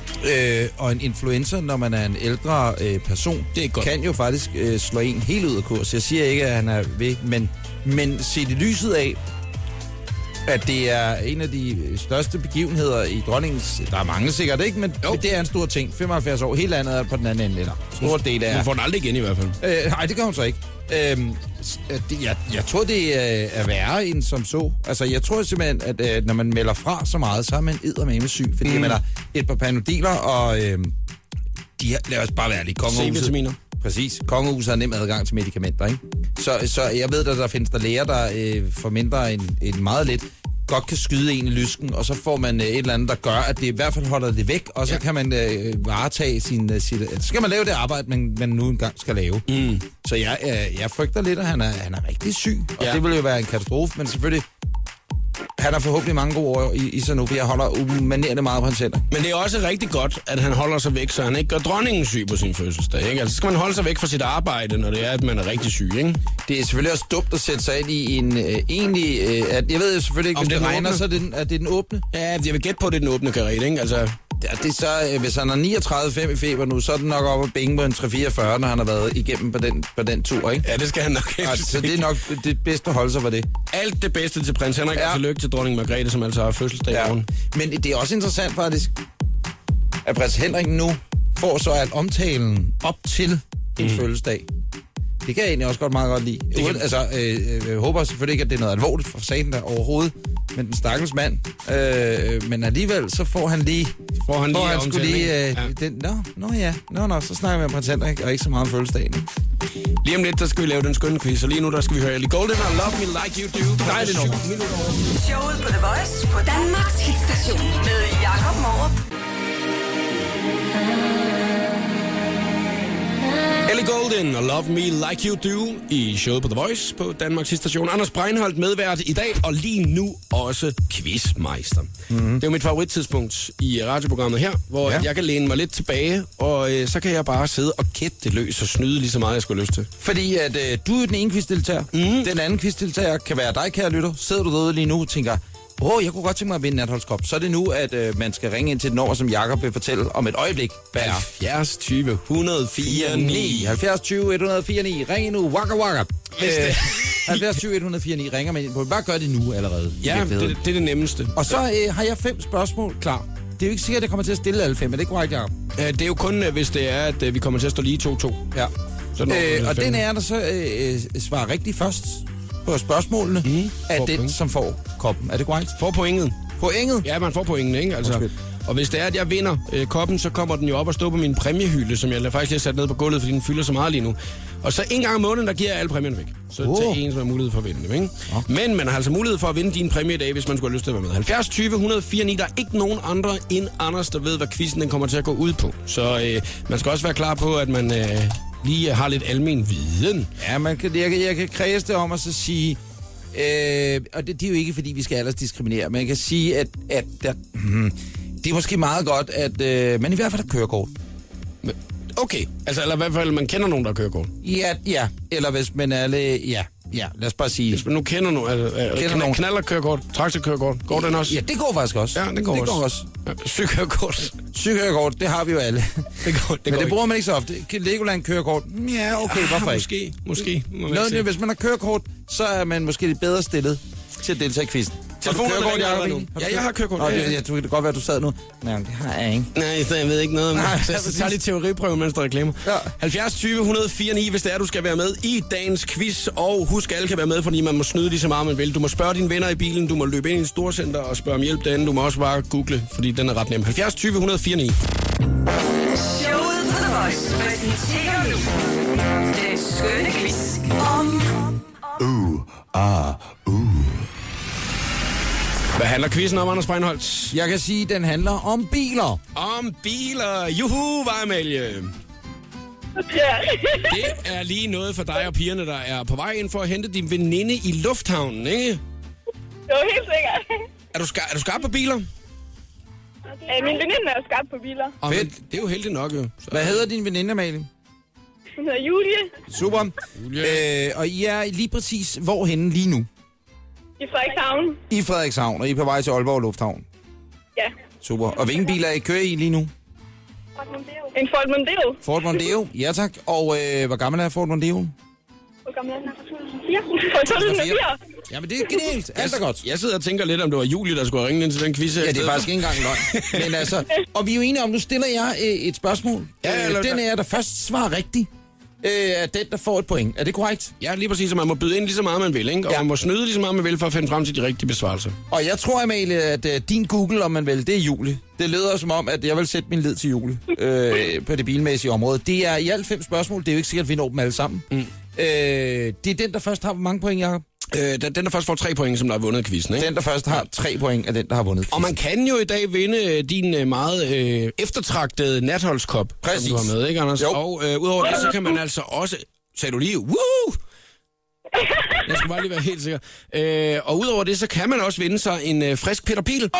Øh, og en influencer, når man er en ældre øh, person, det er godt. kan jo faktisk øh, slå en helt ud af kurs. Jeg siger ikke, at han er ved, men, men set i lyset af, at det er en af de største begivenheder i dronningens... Der er mange sikkert ikke, men, men det er en stor ting. femoghalvfjerds år, helt andet er på den anden ende, eller stor del af... Hun får den aldrig igen i hvert fald. Øh, nej, det kan hun så ikke. Øhm, det, jeg, jeg tror, det er, er værre end som så. Altså, jeg tror simpelthen, at øh, når man melder fra så meget, så er man eddermame syg. Fordi mm. man har et par panodiler, og øh, de har, lad os bare være lidt kongehuset. Præcis. Kongehuset har nem adgang til medicamenter, ikke? Så, så jeg ved, at der findes der læger, der øh, for mindre end, end meget lidt godt kan skyde en i lysken, og så får man øh, et eller andet, der gør, at det i hvert fald holder det væk, og så ja. kan man øh, varetage sin... Øh, sit, så skal man lave det arbejde, man, man nu engang skal lave. Mm. Så jeg, øh, jeg frygter lidt, at han er, han er rigtig syg, og ja. det vil jo være en katastrofe, men selvfølgelig... Han har forhåbentlig mange gode år i, i sig nu, for jeg holder umanerende meget på hans hænder. Men det er også rigtig godt, at han holder sig væk, så han ikke gør dronningen syg på sin fødselsdag. Ikke? Altså skal man holde sig væk fra sit arbejde, når det er, at man er rigtig syg, ikke? Det er selvfølgelig også dumt at sætte sig ind i en øh, egentlig... Øh, at, jeg ved jo selvfølgelig ikke, om hvis det, det regner, så er det, er det den åbne. Ja, jeg vil gætte på, at det er den åbne karret, ikke? Altså... Ja, det er så, øh, hvis han har niogtredive komma fem i feber nu, så er det nok op at binge på en tre fireogfyrre, når han har været igennem på den, på den tur, ikke? Ja, det skal han nok ikke. Så det er nok det bedste at holde sig for det. Alt det bedste til prins Henrik, ja. og tillykke til dronning Margrethe, som altså har fødselsdag i ja. morgen. Men det er også interessant faktisk, at prins Henrik nu får så alt omtalen op til en mm. fødselsdag. Det kan jeg egentlig også godt meget godt lide. Kan... Altså, øh, jeg håber selvfølgelig ikke, at det er noget alvorligt for sagen der overhovedet, men den stakkels mand. Øh, men alligevel, så får han lige... Får han lige, han skulle lige øh, ja. den, nå, nå ja, nå, nå, så snakker vi om prins Henrik, og ikke så meget om fødselsdagen. Lige om lidt, der skal vi lave den skønne quiz, og lige nu, der skal vi høre Ellie Goulding og Love Me Like You Do. Dejligt nummer. Showet på The Voice på Danmarks hitstation med Jakob Morup. Ellie Goulding og Love Me Like You Do i showet på The Voice på Danmarks station. Anders Breinholt medvært i dag, og lige nu også quizmeister. Mm-hmm. Det er jo mit favorittidspunkt i radioprogrammet her, hvor ja. jeg kan læne mig lidt tilbage, og øh, så kan jeg bare sidde og kætte det løs og snyde lige så meget, jeg skulle lyst til. Fordi at øh, du er den ene quizdeltager. Mm. Den anden quizdeltager kan være dig, kære lytter. Sidder du derude lige nu og tænker... Åh, oh, jeg kunne godt tænke mig at vinde natholdskop. Så er det nu, at øh, man skal ringe ind til et nummer, som Jakob vil fortælle om et øjeblik. Hvad er? halvfjerds tyve et nul fire ni. halvfjerds tyve et nul fire ni. Ring nu. Waka waka. Øh, halvfjerds tyve et nul fire ni. Ringer man ind på. Bare gør det nu allerede. Ja, det, det er det nemmeste. Og så øh, har jeg fem spørgsmål klar. Det er jo ikke sikkert, at jeg kommer til at stille alle fem. Er det ikke korrekt, Jacob? Øh, det er jo kun, hvis det er, at øh, vi kommer til at stå lige to to. Ja. Så øh, og den er der så øh, svarer rigtigt først på spørgsmålene, mm. er den, point. som får koppen. Er det korrekt? Får pointet. Pointet? Ja, man får pointet, ikke? Altså, og hvis det er, at jeg vinder øh, koppen, så kommer den jo op og stå på min præmiehylde, som jeg faktisk har sat ned på gulvet, fordi den fylder så meget lige nu. Og så en gang om måneden, der giver jeg alle præmierne væk. Så oh. til en, som har mulighed for at vinde dem, ikke? Okay. Men man har altså mulighed for at vinde din præmie i dag, hvis man skulle have lyst til at være med. halvfjerds tyve et nul fire ni, der er ikke nogen andre end Anders, der ved, hvad quizzen den kommer til at gå ud på. Så øh, man skal også være klar på, at man øh, lige har lidt almen viden. Ja, man kan, jeg, kan, jeg kan kredse det om at så sige... Øh, og det, det er jo ikke, fordi vi skal aldersdiskriminere, men jeg kan sige, at, at der, hmm, det er måske meget godt, at øh, man i hvert fald har kørekort. Okay, altså eller i hvert fald, man kender nogen, der har kørekort. Ja, ja, eller hvis man er lidt, ja, ja, lad os bare sige... Hvis man nu kender nogen, altså, kender kender nogen. Knaller kørekort, traktorkørekort, går den også? Ja, det går faktisk også. Ja, det går det også. Går også. Ja, sygekørekort. Sygekørekort, det har vi jo alle. Det går, det men går det bruger ikke. man ikke så ofte. Legoland kørekort, ja, okay, ah, hvorfor måske, ikke? Måske, måske. Nå, hvis man har kørekort, så er man måske lidt bedre stillet til at deltage i quizzen. Telefonen er der nu. Ja, jeg har kørekort. Nå, det, jeg tror, det kan godt være, at du sad nu. Nej, det har jeg ikke. Nej, så jeg ved ikke noget om det. Så jeg tager lige teoriprøve, mens der reklamer. Ja. halvfjerds tyve et nul fire ni, hvis det er, du skal være med i dagens quiz. Og husk, alle kan være med, fordi man må snyde lige så meget, man vil. Du må spørge dine venner i bilen, du må løbe ind i et storcenter og spørge om hjælp derinde. Du må også bare google, fordi den er ret nem. halvfjerds tyve et nul fire ni. Showet på The Voice præsenterer nu den skønne quiz om... Ooh, ah, ooh. Hvad handler quizzen om, Anders Breinholt? Jeg kan sige, at den handler om biler. Om biler. Juhu, var Amalie. Ja. Det er lige noget for dig og pigerne, der er på vej ind for at hente din veninde i lufthavnen, ikke? Jo, helt sikkert. Er du, skarp, er du skarp på biler? Okay. Min veninde er skarp på biler. Oh, det er jo heldigt nok, jo. Så. Hvad hedder din veninde, Amalie? Hun hedder Julie. Super. Julie. Øh, og I er lige præcis hvorhenne lige nu? I Frederikshavn. I Frederikshavn, og I er på vej til Aalborg Lufthavn? Ja. Super. Og hvilken bil er I kører i lige nu? En Ford Mondeo. Ford Mondeo, ja tak. Og øh, hvor gammel er Ford Mondeo? Hvor gammel er den? fire. to tusind og fire. Jamen, det er genialt. Alt er godt. Jeg sidder og tænker lidt, om det var Julie, der skulle ringe ind til den quiz. Ja, det er faktisk ikke engang løgn. Men altså, og vi er jo enige om, nu stiller jeg øh, et spørgsmål. Ja, øh, den er, der først svarer rigtigt, øh, er den, der får et point. Er det korrekt? Ja, lige præcis. Så man må byde ind lige så meget, man vil, ikke? Og ja. man må snyde lige så meget, man vil, for at finde frem til de rigtige besvarelser. Og jeg tror, Amalie, at øh, din Google, om man vil, det er Julie. Det lyder som om, at jeg vil sætte min lid til Julie øh, på det bilmæssige område. Det er i alt fem spørgsmål. Det er jo ikke sikkert, at vi når dem alle sammen. Mm. Øh, det er den, der først har mange point, Jacob. Øh, den, den, der først får tre point, som der har vundet quizzen, ikke? Den, der først har tre point, er den, der har vundet quizzen. Og man kan jo i dag vinde din meget øh, eftertragtede natholdskop, præcis, som du har med, ikke, Anders? Jo. Og øh, udover det, så kan man altså også... Sagde du lige, woo! Jeg skal bare lige være helt sikker. Øh, og udover det, så kan man også vinde sig en øh, frisk Peter Pil.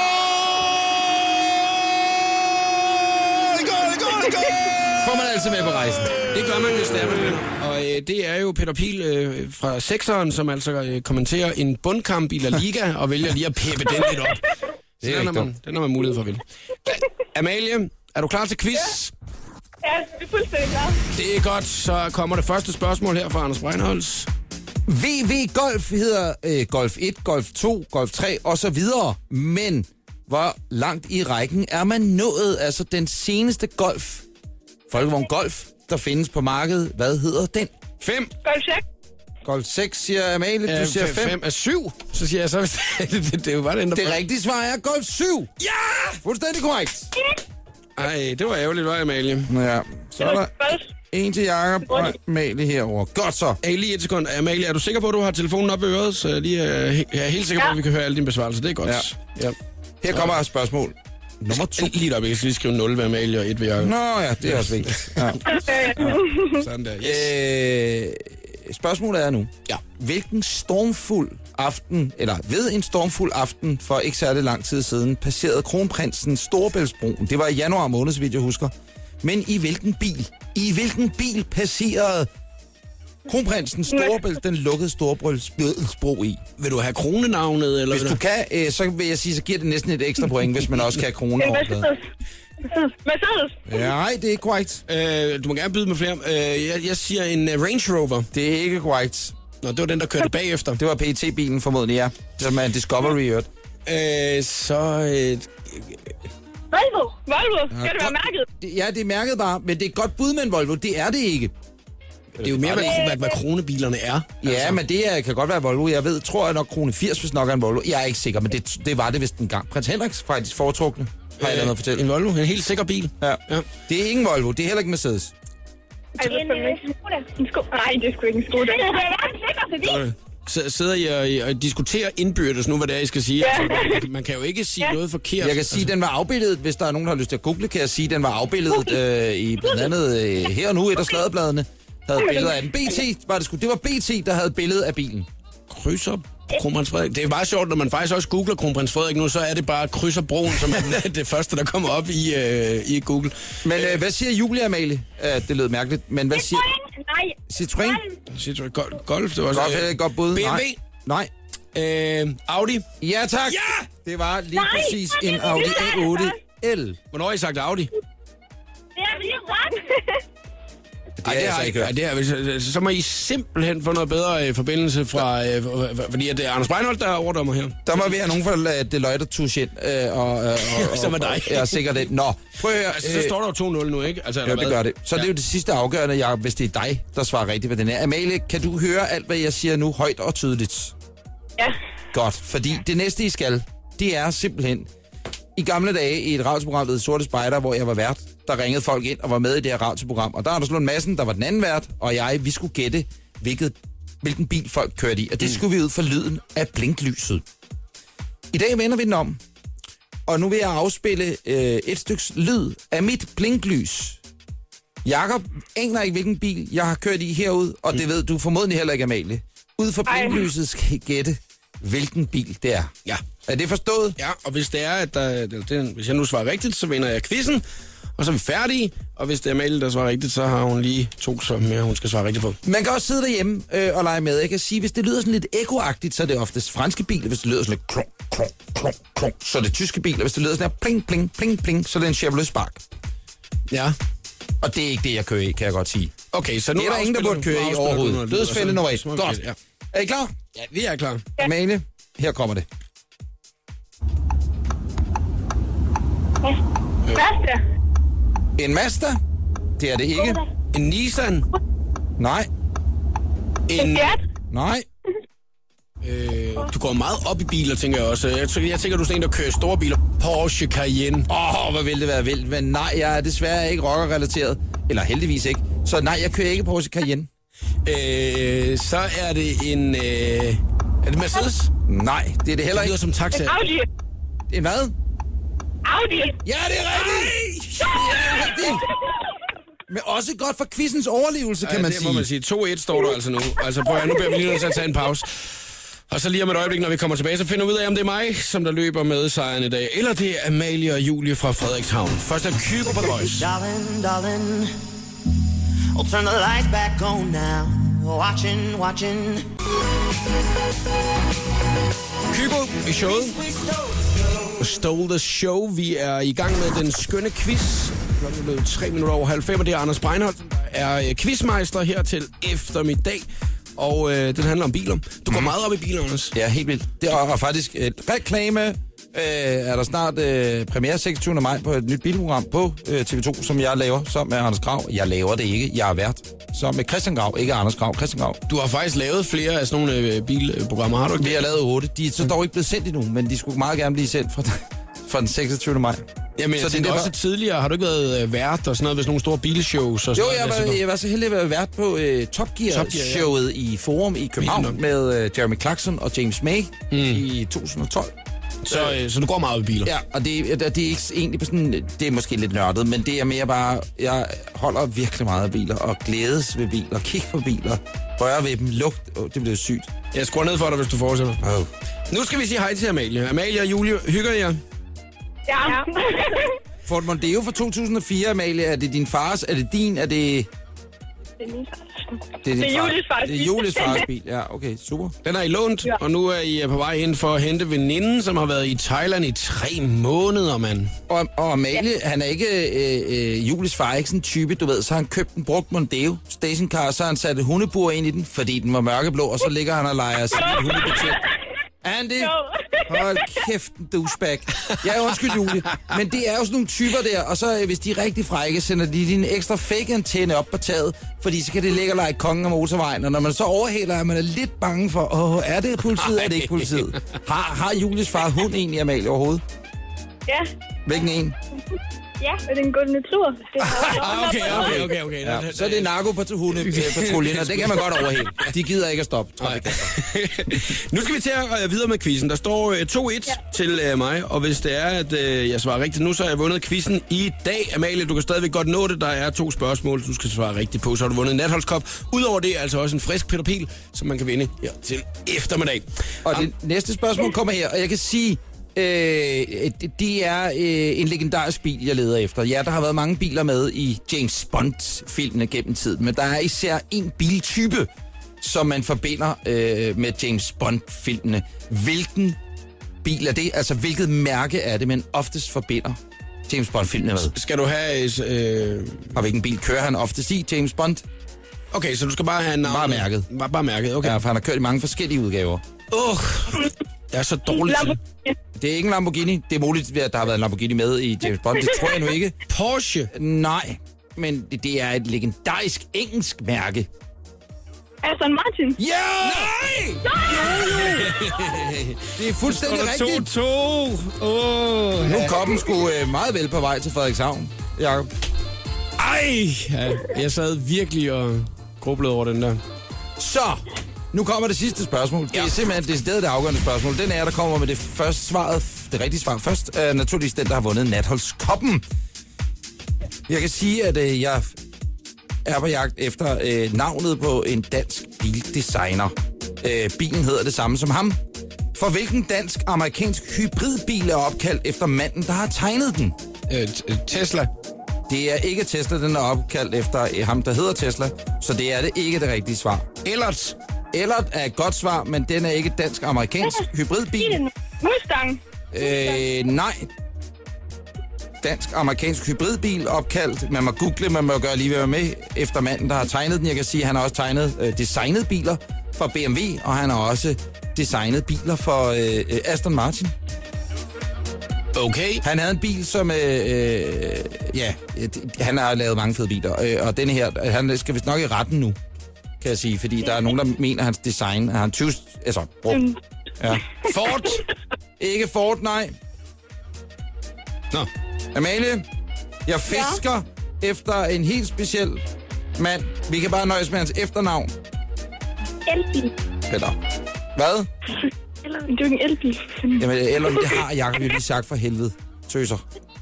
Får man altså med på rejsen. Det gør man, hvis det er, man vinder. Og øh, det er jo Peter Pil øh, fra sekseren, som altså øh, kommenterer en bundkamp i La Liga, og vælger lige at peppe den lidt op. Det er den, har man, den har man mulighed for at vinde. Amalie, er du klar til quiz? Ja, det er fuldstændig klar. Det er godt. Så kommer det første spørgsmål her fra Anders Breinholtz. V V Golf hedder øh, Golf et, Golf to, Golf tre og så videre. Men hvor langt i rækken er man nået? Altså den seneste Golf, Folkevogn Golf, der findes på markedet. Hvad hedder den? Fem. Golf seks. Golf seks, siger Amalie. Du Øh, siger fem. Fem er syv. Så siger jeg så, det, det, det er jo bare den, der... Det rigtige svar er Golf syv. Ja! Fuldstændig korrekt. Ej, det var ærgerligt, var Amalie. Ja, så er der en til Jacob og Amalie herovre. Godt så. Hey, lige et sekund. Amalie, er du sikker på, at du har telefonen op ved øret? Så jeg lige, er, jeg er helt sikker på, at vi kan høre alle dine besvarelser. Det er godt. Ja. Ja. Her kommer et spørgsmål. Nummer to. Lige op, jeg skal lige skrive nul ved Amalie og et ved Jacob. Nå ja, det er også vigtigt. Ja. Sådan der, yes. Øh, spørgsmålet er nu. Ja. Hvilken stormfuld aften, eller ved en stormfuld aften for ikke særlig lang tid siden, passerede kronprinsen Storebæltsbroen? Det var i januar måned, så vidt jeg husker. Men i hvilken bil? I hvilken bil passerede kronprinsen Storebælt den lukkede Storebæltsbro i? Vil du have kronenavnet? Eller hvis du kan, øh, så vil jeg sige, så giver det næsten et ekstra point, hvis man også kan have krone over det. Mercedes. Ja, nej, det er ikke korrekt. Øh, du må gerne byde med flere. Øh, jeg, jeg siger en uh, Range Rover. Det er ikke korrekt. Nå, det var den, der kørte bagefter. Det var P E T-bilen formodentlig, ja. Som er en Discovery, i øvrigt. Øh, så... Øh, Volvo. Volvo. Skal det være mærket? Ja, det er mærket bare, men det er et godt bud med en Volvo. Det er det ikke. Det er jo mere, hvad, hvad, hvad kronebilerne er. Ja, altså. men det er, kan godt være Volvo. Jeg ved, tror jeg nok krone firs, hvis nok er en Volvo. Jeg er ikke sikker, men det, det var det vist en gang. Prins Henriks faktisk foretrukne. Har jeg øh, noget at fortælle? En Volvo, en helt sikker bil. Ja. ja. Det er ikke en Volvo, det er heller ikke Mercedes. Ej, det er en Skoda. En Skoda. Nej, det er sgu ikke en Skoda. Det er en Så sidder I og, og diskuterer indbyrdes nu, hvad det er, I skal sige. Ja. Altså, man, man kan jo ikke sige ja. noget forkert. Jeg kan sige, altså. Den var afbildet, hvis der er nogen, der har lyst til at google, kan jeg sige, den var afbildet øh, i blandt andet øh, her og nu, et af sladebladene havde billeder af den. B T, var det, sgu, det var B T, der havde billede af bilen. Krydser Kronprins Frederik. Det er meget sjovt, når man faktisk også googler Kronprins Frederik nu, så er det bare krydser broen, som er det første, der kommer op i, øh, i Google. Men øh, hvad siger Julie Amalie? Uh, det lød mærkeligt, men hvad siger... Nej. Citroën? Citroën. Golf, golf det var også... Golf er et godt bud. B M W? Nej. Nej. Øh, Audi? Ja, tak. Ja! Det var lige Nej, præcis en Audi A otte L. Hvornår har I sagt Audi? Det er lige ret. Det Ej, det har jeg ikke hørt. Det er, så må I simpelthen få noget bedre øh, forbindelse fra... Øh, fordi det er Anders Breinholt, der er overdommer her. Der må vi have nogen fra Deloitte touche ind. Øh, og, og, og, som er dig. Ja, sikkert det. Nå, prøv at høre. Altså, så står der jo to nul nu, ikke? Altså, ja, det gør det. Så ja. Det er jo det sidste afgørende, Jacob, hvis det er dig, der svarer rigtigt, hvad den er. Amalie, kan du høre alt, hvad jeg siger nu, højt og tydeligt? Ja. Godt, fordi det næste, I skal, det er simpelthen... I gamle dage i et radioprogram, der hed Sorte Spejder, hvor jeg var vært, der ringede folk ind og var med i det her radioprogram. Og der var der Lund Madsen, der var den anden vært, og jeg, vi skulle gætte, hvilket, hvilken bil folk kørte i. Og det skulle vi ud for lyden af blinklyset. I dag vender vi den om, og nu vil jeg afspille øh, et styks lyd af mit blinklys. Jakob aner ikke, hvilken bil jeg har kørt i herude, og det ved du formodentlig heller ikke, Amalie. Ud for blinklyset skal I gætte, hvilken bil det er. Ja. Er det forstået? Ja, og hvis det er, at der, det, hvis jeg nu svarer rigtigt, så vinder jeg quizzen, og så er vi færdige. Og hvis det er Amalie, der svarer rigtigt, så har hun lige to som mere, hun skal svare rigtigt på. Man kan også sidde derhjemme øh, og lege med. Jeg kan sige, hvis det lyder sådan lidt ekoagtigt, så er det oftest franske biler. Hvis det lyder sådan lidt klunk, klunk, klunk, klunk, så er det tyske biler. Hvis det lyder sådan her pling, pling, pling, pling, så er det en Chevrolet Spark. Ja. Og det er ikke det, jeg kører i, kan jeg godt sige. Okay, så nu det er der ingen, der burde køre i overhovedet. Dødsfælde nummer et. Godt. Ja. Er I klar? Ja, vi er klar. Ja. Amalie, her kommer det. Ja. Mazda. En Mazda? Det er det ikke. En Nissan? Nej. En Fiat. Nej. Øh, du går meget op i biler, tænker jeg også. Jeg, tænker, jeg tænker, du er sådan en, der kører store biler. Porsche Cayenne. Åh, oh, hvor ville det være vildt. Men nej, jeg er desværre ikke rocker-relateret. Eller heldigvis ikke. Så nej, jeg kører ikke Porsche Cayenne. Øh, så er det en... Øh, er det Mercedes? Nej, det er det heller Det lyder ikke. som taxa. En Audi. En hvad? Audi. Ja, det er rigtigt! Det er rigtigt! Men også godt for quizens overlevelse, kan Ja, man det sige. må man sige. to et står der altså nu. Altså prøv at nu bliver vi lige nødt til at tage en pause. Og så lige om et øjeblik, når vi kommer tilbage, så finder vi ud af, om det er mig, som der løber med sejren i dag. Eller det er Amalie og Julie fra Frederikshavn. Først er Kygo på The Voice. Darling, darling, I'll turn the lights back on now. Watching, watching. Kygo i showet. Stole the Show. Vi er i gang med den skønne quiz. Klokken er blevet tre minutter over halv fem, og det er Anders Breinholt, der er quizmeister her til eftermiddag. Og øh, den handler om biler. Du går meget op i biler, Anders. Ja, helt vildt. Det er og faktisk et reklame. Øh, er der snart øh, premiere seksogtyvende maj på et nyt bilprogram på øh, T V to, som jeg laver, sammen med Anders Grav. Jeg laver det ikke, jeg er vært. Så med Christian Grav, ikke Anders Grav, Christian Grav. Du har faktisk lavet flere af sådan nogle øh, bilprogrammer, har du ikke? Vi har lavet otte. De er så dog ikke blevet sendt endnu, men de skulle meget gerne blive sendt fra, fra den seksogtyvende maj. Jamen, jeg så tænker det også var... tidligere. Har du ikke været øh, vært og sådan noget ved sådan nogle store bilshows? Og sådan Jo, jeg var, jeg var så heldig at være vært på uh, Top Gear-showet ja. i Forum i København med uh, Jeremy Clarkson og James May mm. i to tusind og tolv. Så, øh, så du går meget op i biler? Ja, og det, det er ikke egentlig på sådan... Det er måske lidt nørdet, men det er mere bare... Jeg holder virkelig meget af biler og glædes ved biler, kigge på biler, røre ved dem, lugt... Oh, det bliver sygt. Jeg skruer ned for dig, hvis du fortsætter. Oh. Nu skal vi sige hej til Amalie. Amalie og Julie, hygger jer? Ja. Ford Mondeo fra to tusind og fire, Amalie. Er det din fars? Er det din? Er det... Det er min fars. Det er, din Det er far. Julies fars Det er bil. Julies fars bil. Ja, okay, super. Den er I lånt, Ja. og nu er I på vej ind for at hente veninden, som har været i Thailand i tre måneder, mand. Og, og Amalie, ja. Han er ikke... Øh, øh, Julies far er ikke sådan en type, du ved. Så har han købt en brugt Mondeo stationcar, så har han sat et hundebur ind i den, fordi den var mørkeblå, og så ligger han og leger sin hundebetjent. Andy, hold kæft, en douchebag. Ja, undskyld, Julie. Men det er jo sådan nogle typer der, og så hvis de er rigtig frække, sender de din ekstra fake antenne op på taget, fordi så kan det ligge og lege kongen af motorvejen, og når man så overhælder, er man er lidt bange for, åh, er det politiet, er det ikke politiet? Har, har Julies far hund egentlig, Amalie, overhovedet? Ja. Hvilken en? Ja, og det er en golden retriever. Det er Okay, okay, okay. okay. Ja, så er det narko-patruljen, og det kan man godt overhælde. De gider ikke at stoppe. Nu skal vi til at øh, videre med quizzen. Der står øh, to et ja. til øh, mig, og hvis det er, at øh, jeg svarer rigtigt nu, så har jeg vundet quizzen i dag. Amalie, du kan stadigvæk godt nå det. Der er to spørgsmål, du skal svare rigtigt på. Så har du vundet en natholdskop. Udover det altså også en frisk Peter Pil, som man kan vinde her til eftermiddag. Og det næste spørgsmål kommer her, og jeg kan sige... Øh, det er øh, en legendarisk bil, jeg leder efter. Ja, der har været mange biler med i James Bond-filmene gennem tiden, men der er især en biltype, som man forbinder øh, med James Bond-filmene. Hvilken bil er det? Altså, hvilket mærke er det, man oftest forbinder James Bond-filmene med? Skal du have... Øh... Og hvilken bil kører han oftest i, James Bond? Okay, så du skal bare have en navn. Bare mærket. Bare, bare mærket, okay. Ja, for han har kørt i mange forskellige udgaver. Åh, oh, jeg er så dårlig til. Det er ikke en Lamborghini. Det er muligt, at der har været en Lamborghini med i James Bond. Det tror jeg nu ikke. Porsche? Nej, men det, det er et legendarisk engelsk mærke. Aston Martin. Ja! Nej! Nej! Det er fuldstændig rigtigt. to to. Åh. Nu er koppen sgu øh, meget vel på vej til Frederikshavn, Jacob. Ej! Ja, jeg sad virkelig og grublede over den der. Så, nu kommer det sidste spørgsmål. Det er Ja. simpelthen det stedet det afgørende spørgsmål. Den er, der kommer med det første svaret, det rigtige svar først, er naturligvis den, der har vundet natholdskoppen. Jeg kan sige, at øh, jeg er på jagt efter øh, navnet på en dansk bildesigner. Øh, bilen hedder det samme som ham. For hvilken dansk-amerikansk hybridbil er opkaldt efter manden, der har tegnet den? Øh, Tesla. Det er ikke Tesla, den er opkaldt efter øh, ham, der hedder Tesla. Så det er det ikke det rigtige svar. Ellert. Ellert er et godt svar, men den er ikke dansk-amerikansk hybridbil. Mustang. Øh, nej. dansk-amerikansk hybridbil opkaldt. Man må google, man må gøre lige være med efter manden, der har tegnet den. Jeg kan sige, at han har også tegnet øh, designet biler for B M W, og han har også designet biler for øh, Aston Martin. Okay. Han havde en bil, som... Øh, øh, ja, han har lavet mange fede biler, øh, og denne her, han skal vist nok i retten nu, kan jeg sige, fordi der er nogen, der mener, at hans design er han tyve... Altså, brugt. Ja. Ford. Ikke Ford, nej. Nå. Amalie, jeg fisker ja. efter en helt speciel mand. Vi kan bare nøjes med hans efternavn. Elbil. Eller hvad? Eller, det er jo en elbil. Jamen, eller det har Jacob jo lige sagt for helvede. Tøser.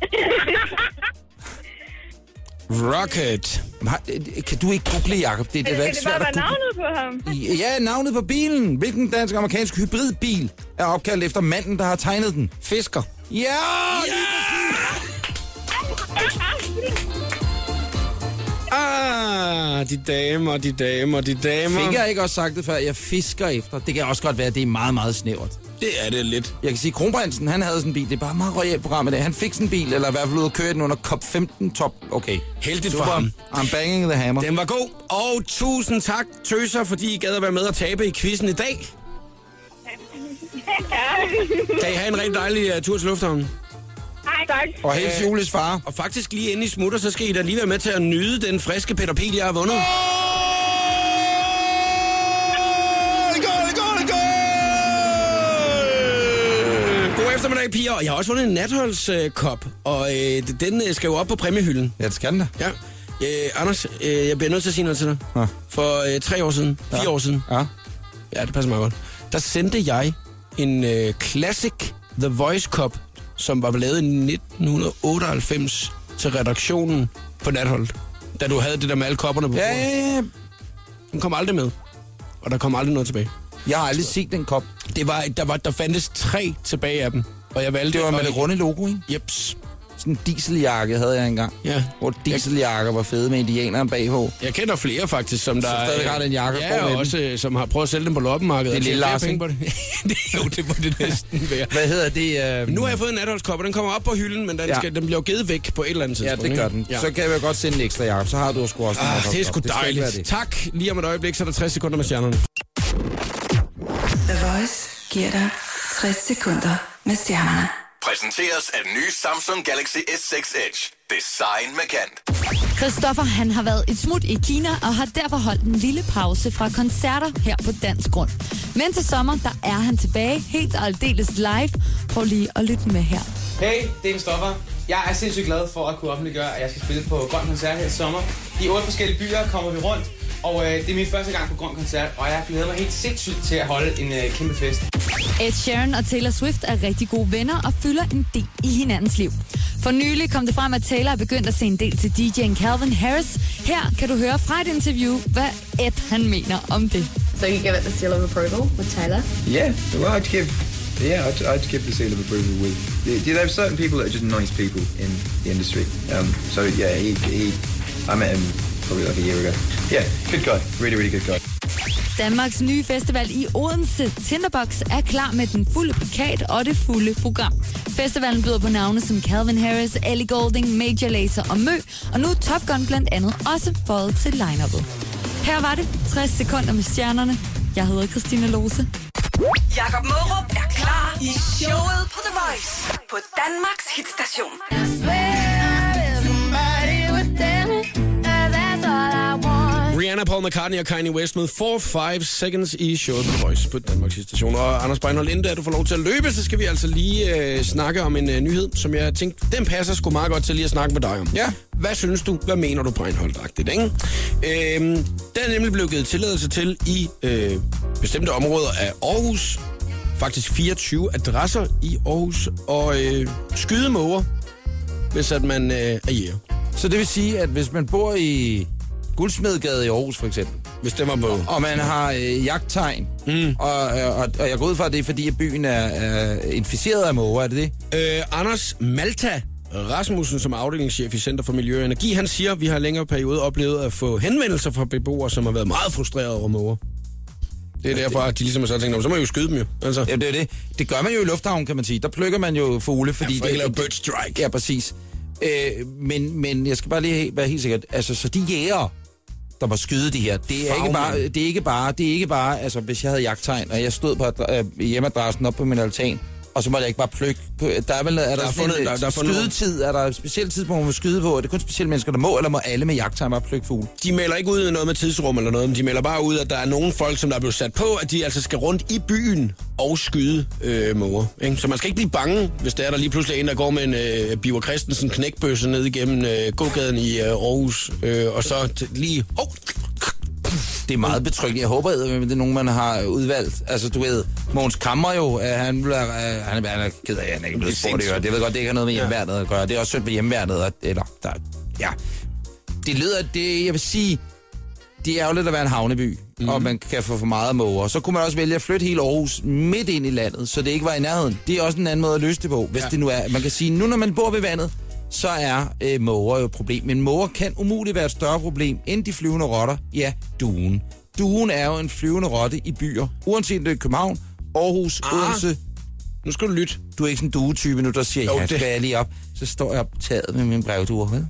Rocket. Kan du ikke google, Jacob? Det er det, der ikke svært at google. Det var navnet på ham. Ja, navnet på bilen. Hvilken dansk-amerikansk hybridbil er opkaldt efter manden, der har tegnet den? Fisker. Ja! Ah, de damer, de damer, de damer. Fik jeg ikke også sagt det før? Jeg fisker efter. Det kan også godt være, at det er meget, meget snævert. Det er det lidt. Jeg kan sige, Kronprinsen, han havde sådan en bil. Det er bare et meget royalt program i dag. Han fik sådan en bil, eller i hvert fald ud at køre den under COP femten top. Okay. Heldigt Super. for ham. I'm banging the hammer. Den var god. Og tusind tak, tøser, fordi I gad at være med og tabe i quizzen i dag. Kan I have en rigtig dejlig uh, tur til lufthavnen? Hej, tak. Og helt Jules far. Og faktisk lige inden I smutter, så skal I da lige være med til at nyde den friske Peter Pil, jeg har vundet. Oh! God eftermiddag, piger. Og jeg har også vundet en natholdskop, og øh, den øh, skal jo op på præmiehylden. Ja, det skal den da. Ja. Øh, Anders, øh, jeg bliver nødt til at sige noget til dig. Ja. For øh, tre år siden, fire ja. år siden, ja. ja, det passer meget godt, der sendte jeg en øh, Classic The Voice Cup, som var lavet i nitten otteoghalvfems til redaktionen på Natholdet, da du havde det der med alle kopperne på bordet. Ja, ja, ja. Den kom aldrig med, og der kom aldrig noget tilbage. Jeg har aldrig set den kop. Det var, der, var, der fandtes tre tilbage af dem, og jeg valgte... Det var med og, det runde logo, ikke? Jeps. Sådan en dieseljakke havde jeg engang. Ja. Hvor dieseljakker var fede med indianeren bagpå. Jeg kender flere faktisk, som der... Som stadig har den jakke. Ja, og også som har prøvet at sælge dem på loppemarkedet. Det er lille Lars, ikke? Det, jo, det må det næsten være. Hvad hedder det? Uh... Nu har jeg fået en natholdskop, og den kommer op på hylden, men den, skal, ja. den bliver givet væk på et eller andet tidspunkt. Ja, det gør den. Ja. Så kan jeg godt sende en ekstra, Jacob. Så har du sgu også en ah, det er sgu dejligt. Det tak. Lige om et øjeblik, så er der tres sekunder med stjernerne. The Voice giver dig tres sekunder med stjernerne. Præsenteres af den nye Samsung Galaxy S seks Edge. Design med kant. Christoffer, han har været et smut i Kina og har derfor holdt en lille pause fra koncerter her på dansk grund. Men til sommer, der er han tilbage helt og aldeles live. Prøv lige at lytte med her. Hey, det er Christoffer. Jeg er sindssygt glad for at kunne offentliggøre, at jeg skal spille på Grøn Koncert her i sommer. I otte forskellige byer kommer vi rundt, og øh, det er min første gang på Grøn Koncert, og jeg glæder mig helt sindssygt til at holde en øh, kæmpe fest. Ed Sheeran og Taylor Swift er rigtig gode venner og fylder en del i hinandens liv. For nylig kom det frem, at Taylor er begyndt at se en del til D J'en Calvin Harris. Her kan du høre fra et interview, hvad Ed han mener om det. So you give it the seal of approval with Taylor? Yeah, well, I'd give, yeah, I'd, I'd give the seal of approval with. Yeah, there are certain people that are just nice people in the industry. Um, so yeah, he, he, I met him probably like a year ago. Yeah, good guy, really, really good guy. Danmarks nye festival i Odense, Tinderbox, er klar med den fulde plakat og det fulde program. Festivalen byder på navne som Calvin Harris, Ellie Goulding, Major Lazer og Mø, og nu er Top Gun blandt andet også fået til line-uppet. Her var det tres sekunder med stjernerne. Jeg hedder Christina Lose. Jakob Mørup er klar i showet på The Voice på Danmarks hitstation. Rihanna, Paul McCartney og Kanye West med four five seconds i showet på The Voice på Danmarks station. Og Anders Breinholt, inden da du får lov til at løbe, så skal vi altså lige øh, snakke om en øh, nyhed, som jeg tænkte, den passer sgu meget godt til lige at snakke med dig om. Ja. Hvad synes du? Hvad mener du, Breinholt-agtigt, ikke? Øhm, den er nemlig blevet givet tilladelse til i øh, bestemte områder af Aarhus. Faktisk fireogtyve adresser i Aarhus. Og øh, skyde måger, hvis at man øh, er jæger. Så det vil sige, at hvis man bor i Guldsmedegade i Aarhus, for eksempel. Hvis det var på. Og man har øh, jagttegn. Mm. Og, og, og jeg går ud fra, at det er, fordi at byen er, er inficeret af måger, er det det? Øh, Anders Malta Rasmussen, som er afdelingschef i Center for Miljø og Energi, han siger, at vi har længere periode oplevet at få henvendelser fra beboere, som har været meget frustrerede over måger. Det er derfor, at de ligesom har tænkt, så må jeg jo skyde dem jo. Altså. Ja, det er det. Det gør man jo i lufthavnen, kan man sige. Der plukker man jo fugle, fordi... Ja, for det ikke lave bird strike. Ja, præcis. Øh, men, men jeg skal bare lige være helt sikker. Altså, så de jæger, der må skyde de her, det er ikke bare, det er ikke bare, det er ikke bare, altså hvis jeg havde jagttegn, og jeg stod på øh, hjemmeadressen op på min altan, og så må jeg ikke bare plukke. Der er vel, er der, der er fundet, en, der, der er skydetid, er der et specielt tidspunkt, man må skyde på? Er det kun specielle mennesker, der må, eller må alle med jagttegn bare plukke fugle? De melder ikke ud noget med tidsrum eller noget, men de melder bare ud, at der er nogle folk, som der er blevet sat på, at de altså skal rundt i byen og skyde øh, måger. Ikke? Så man skal ikke blive bange, hvis der er der lige pludselig en, der går med en øh, Biver Christensen knækbøsse ned igennem øh, gågaden i øh, Aarhus, øh, og så t- lige... Oh, det er meget betryggende. Jeg håber, at det er nogen, man har udvalgt. Altså, du ved, Mogens Kammer jo, han, bliver, han, er, han er ked af, at han ikke er blevet spurgt. Det, det ved godt, det ikke har noget med hjemmeværnet at gøre. Det er også synd for hjemmeværnet. Eller, der, ja. Det lyder, det, jeg vil sige, det er jo lidt at være en havneby, mm. og man kan få for meget måger. Så kunne man også vælge at flytte hele Aarhus midt ind i landet, så det ikke var i nærheden. Det er også en anden måde at løse det på, hvis ja. det nu er. Man kan sige, nu når man bor ved vandet, så er øh, måger jo et problem. Men måger kan umuligt være et større problem end de flyvende rotter. Ja, duen. Duen er jo en flyvende rotte i byer. Uanset det er København, Aarhus, ah, Odense. Nu skal du lytte. Du er ikke sådan en duetype nu, der siger, jo, ja, det skal jeg lige op. Så står jeg optaget med min brevduer, vel?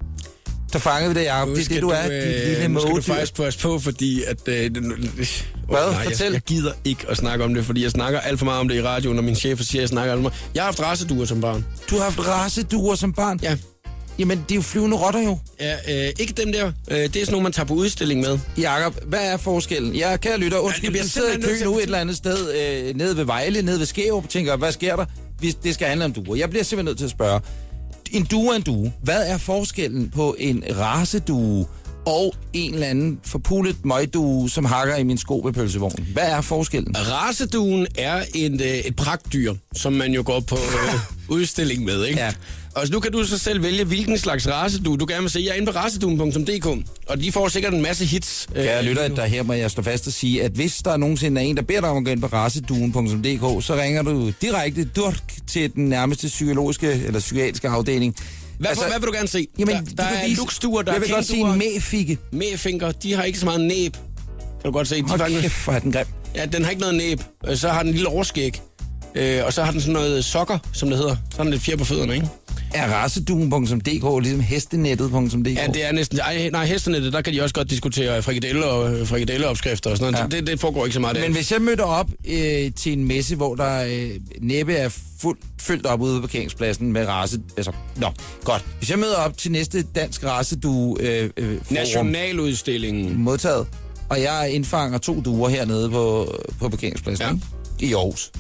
Så fanger vi det, Jacob. Det er det, du er. Øh, dit lille nu skal du faktisk passe på, fordi at... Øh, Hvad? Oh, nej, Fortæl. Jeg, jeg gider ikke at snakke om det, fordi jeg snakker alt for meget om det i radioen, og min chef siger, at jeg snakker alt for meget. Jeg har haft raceduer som barn. Du har haft raceduer som barn? Ja. Jamen, det er jo flyvende rotter jo. Ja, øh, ikke dem der. Øh, det er sådan nogle, man tager på udstilling med. Jakob, hvad er forskellen? Jeg kan lytte, undskyld, ja, jeg sidder i kø nu et eller andet sted, øh, nede ved Vejle, nede ved Skærup, tænker, hvad sker der? Det skal handle om duer. Jeg bliver simpelthen nødt til at spørge. En due er en due. Hvad er forskellen på en racedue og en eller anden forpulet møgdue, som hakker i min sko ved pølsevognen? Hvad er forskellen? Raceduen er en, et pragtdyr, som man jo går på øh, udstilling med, ikke? Ja. Og nu kan du så selv vælge, hvilken slags racedue du gerne vil se. Jeg er inde på raceduen punktum d k, og de får sikkert en masse hits. Øh, jeg lytter, at der her må jeg stå fast og sige, at hvis der nogensinde er en, der beder dig om at gå ind på raceduen punktum d k, så ringer du direkte durk til den nærmeste psykologiske eller psykiatriske afdeling. Hvad, altså, hvad vil du gerne se? Jamen, der der er luksduer, der jeg er vil godt sige en mæfikke. Mæfinker, de har ikke så meget næb. Kan du godt se. De Hold faktisk... kæft, hvor er den grim. Ja, den har ikke noget næb. Så har den en lille overskæg. Øh, og så har den sådan noget sokker, som det hedder. Så har den lidt fjer på fødderne, ikke? Er raceduen punktum d k ligesom hestenettet punktum d k? Ja, det er næsten... Ej, nej, hestenettet, der kan de også godt diskutere frikadeller og frikadelleopskrifter og sådan noget. Ja. Det, det foregår ikke så meget der. Men hvis jeg mødte op øh, til en messe, hvor der øh, næppe er fuld, fyldt op ude på parkeringspladsen med race... Altså, nå, godt. Hvis jeg møder op til næste dansk racedue... Øh, øh, Nationaludstillingen. Modtaget. Og jeg indfanger to duer hernede på, på parkeringspladsen, ja. I Aarhus.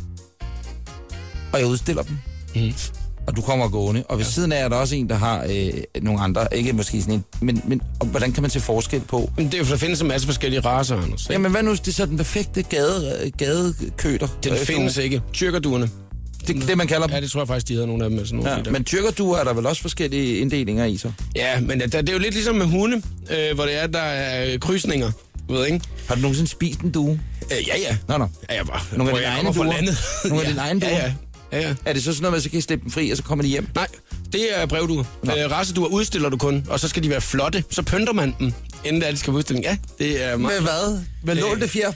Og jeg udstiller dem. Mm. Og du kommer gående, og ved ja. siden af er der også en, der har øh, nogle andre, ikke måske sådan en, men, men og hvordan kan man se forskel på? Men det er jo, for der findes en masse forskellige racer, Anders. Ikke? Jamen hvad nu, det er så den perfekte gade, gadekøter? Den findes du... ikke. Tyrkerduerne. Det, det man kalder dem? Ja, det tror jeg faktisk, de havde nogle af dem. Sådan nogle ja, men tyrkerduer er der vel også forskellige inddelinger i så? Ja, men det, det er jo lidt ligesom med hunde, øh, hvor det er, der er krydsninger. Ved ikke? Har du nogensinde spist en due? Øh, ja, ja. Nå, nå. Ja, jeg bare, nogle af dine egne duer? Nogle af dine egne duer? Ja, ja. Ja, ja. Er det så sådan noget, at så kan I slippe dem fri, og så kommer de hjem? Nej, det er brevduer. Øh, raceduer udstiller du kun, og så skal de være flotte. Så pynter man dem, inden de skal på udstilling. Ja, det er meget... Med hvad? Med øh... lånte fjer?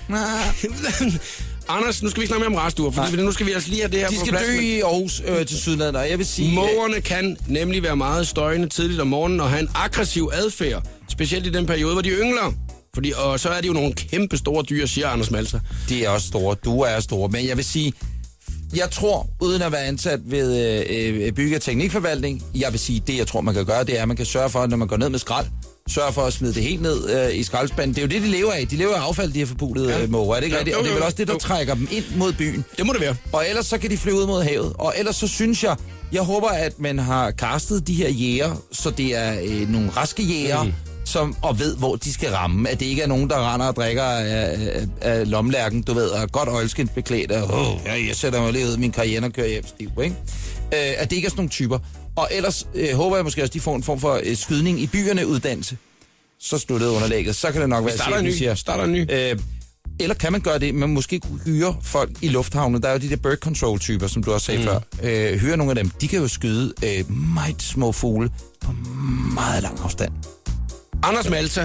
Anders, nu skal vi snakke mere om raceduer, for nu skal vi altså lige have det her de på plads. De skal dø i Aarhus øh, til Sydlandet, og jeg vil sige... Mågerne kan nemlig være meget støjende tidligt om morgenen og have en aggressiv adfærd. Specielt i den periode, hvor de yngler. Fordi, og så er det jo nogle kæmpe store dyr, siger Anders Malser. De er også store. Duer er store. Men jeg vil sige... Jeg tror, uden at være ansat ved øh, bygge- og teknikforvaltning, jeg vil sige, det jeg tror, man kan gøre, det er, at man kan sørge for, når man går ned med skrald, sørge for at smide det helt ned øh, i skraldespanden. Det er jo det, de lever af. De lever af affald, de her forpulede ja. måger. Er det ikke ja, rigtigt? Og det er vel også det, der jo. trækker dem ind mod byen. Det må det være. Og ellers så kan de flyve ud mod havet. Og ellers så synes jeg, jeg håber, at man har castet de her jæger, så det er øh, nogle raske jæger, mm. som, og ved, hvor de skal ramme. At det ikke er nogen, der render og drikker af, af, af lomlærken, du ved, og godt øjelskindt beklædt, og oh, ja, jeg sætter mig lige ud i min karriere og kører hjem stiv, ikke? Øh, at det ikke er sådan nogle typer. Og ellers øh, håber jeg måske også, at de får en form for øh, skydning i byerne uddannelse. Så sluttede underlægget. Så kan det nok være, starter en ny. Siger. Starter en ny. Øh, eller kan man gøre det, man måske kunne hyre folk i lufthavnen. Der er jo de der bird control typer, som du også sagde mm. før. Øh, hyre nogle af dem. De kan jo skyde øh, meget små fugle på meget lang afstand. Anders Malta,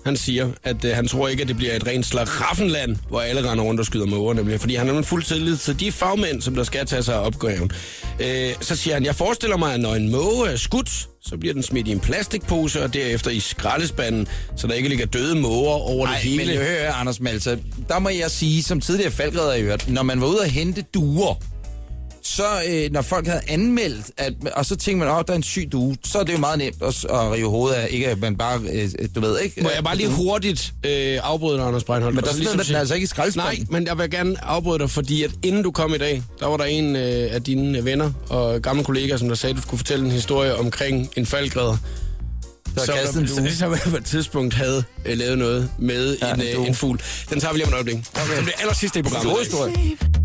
han siger, at øh, han tror ikke, at det bliver et rent slaraffenland, hvor alle render rundt og skyder måger, nemlig, fordi han har en fuld tillid til de fagmænd, som der skal tage sig af opgaven. Øh, så siger han, jeg forestiller mig, at når en måge er skudt, så bliver den smidt i en plastikpose, og derefter i skraldespanden, så der ikke ligger døde måger over Ej, det hele. men jeg hører, Anders Malse, der må jeg sige, som tidligere falkredder i øvrigt, når man var ude at hente duer, så øh, når folk havde anmeldt, at, og så tænkte man, åh, oh, der er en syg due, så er det jo meget nemt at, at rive hovedet af, ikke at man bare, øh, du ved ikke. Må jeg bare lige hurtigt øh, afbryde dig, Anders Breinholt? Men der smider man den altså ikke i skraldespanden. Nej, men jeg vil gerne afbryde dig, fordi at inden du kom i dag, der var der en øh, af dine venner og gamle kollegaer, som der sagde, at du skulle fortælle en historie omkring en falkredder, som, som, som på et tidspunkt havde øh, lavet noget med ja, en, øh, en fugl. Den tager vi lige om et øjeblik. Okay. Det bliver aller sidste i programmet. God historie.